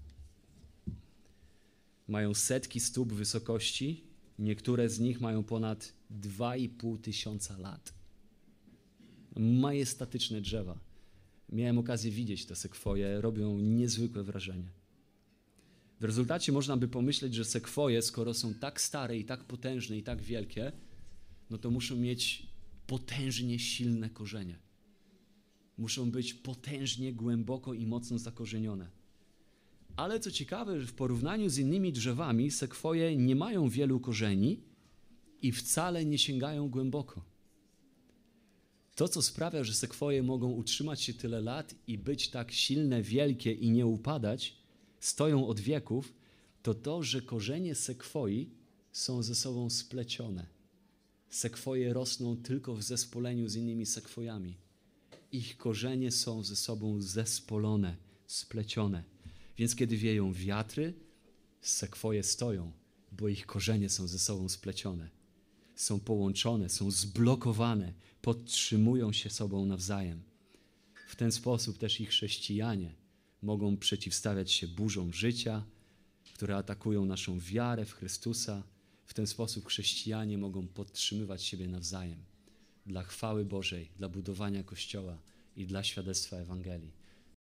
Mają setki stóp wysokości, niektóre z nich mają ponad dwa i pół tysiąca lat. Majestatyczne drzewa. Miałem okazję widzieć te sekwoje, robią niezwykłe wrażenie. W rezultacie można by pomyśleć, że sekwoje, skoro są tak stare i tak potężne i tak wielkie, no to muszą mieć potężnie silne korzenie. Muszą być potężnie, głęboko i mocno zakorzenione. Ale co ciekawe, w porównaniu z innymi drzewami sekwoje nie mają wielu korzeni i wcale nie sięgają głęboko. To, co sprawia, że sekwoje mogą utrzymać się tyle lat i być tak silne, wielkie i nie upadać, stoją od wieków, to to, że korzenie sekwoi są ze sobą splecione. Sekwoje rosną tylko w zespoleniu z innymi sekwojami. Ich korzenie są ze sobą zespolone, splecione. Więc kiedy wieją wiatry, sekwoje stoją, bo ich korzenie są ze sobą splecione. Są połączone, są zblokowane, podtrzymują się sobą nawzajem. W ten sposób też i chrześcijanie mogą przeciwstawiać się burzom życia, które atakują naszą wiarę w Chrystusa. W ten sposób chrześcijanie mogą podtrzymywać siebie nawzajem dla chwały Bożej, dla budowania Kościoła i dla świadectwa Ewangelii.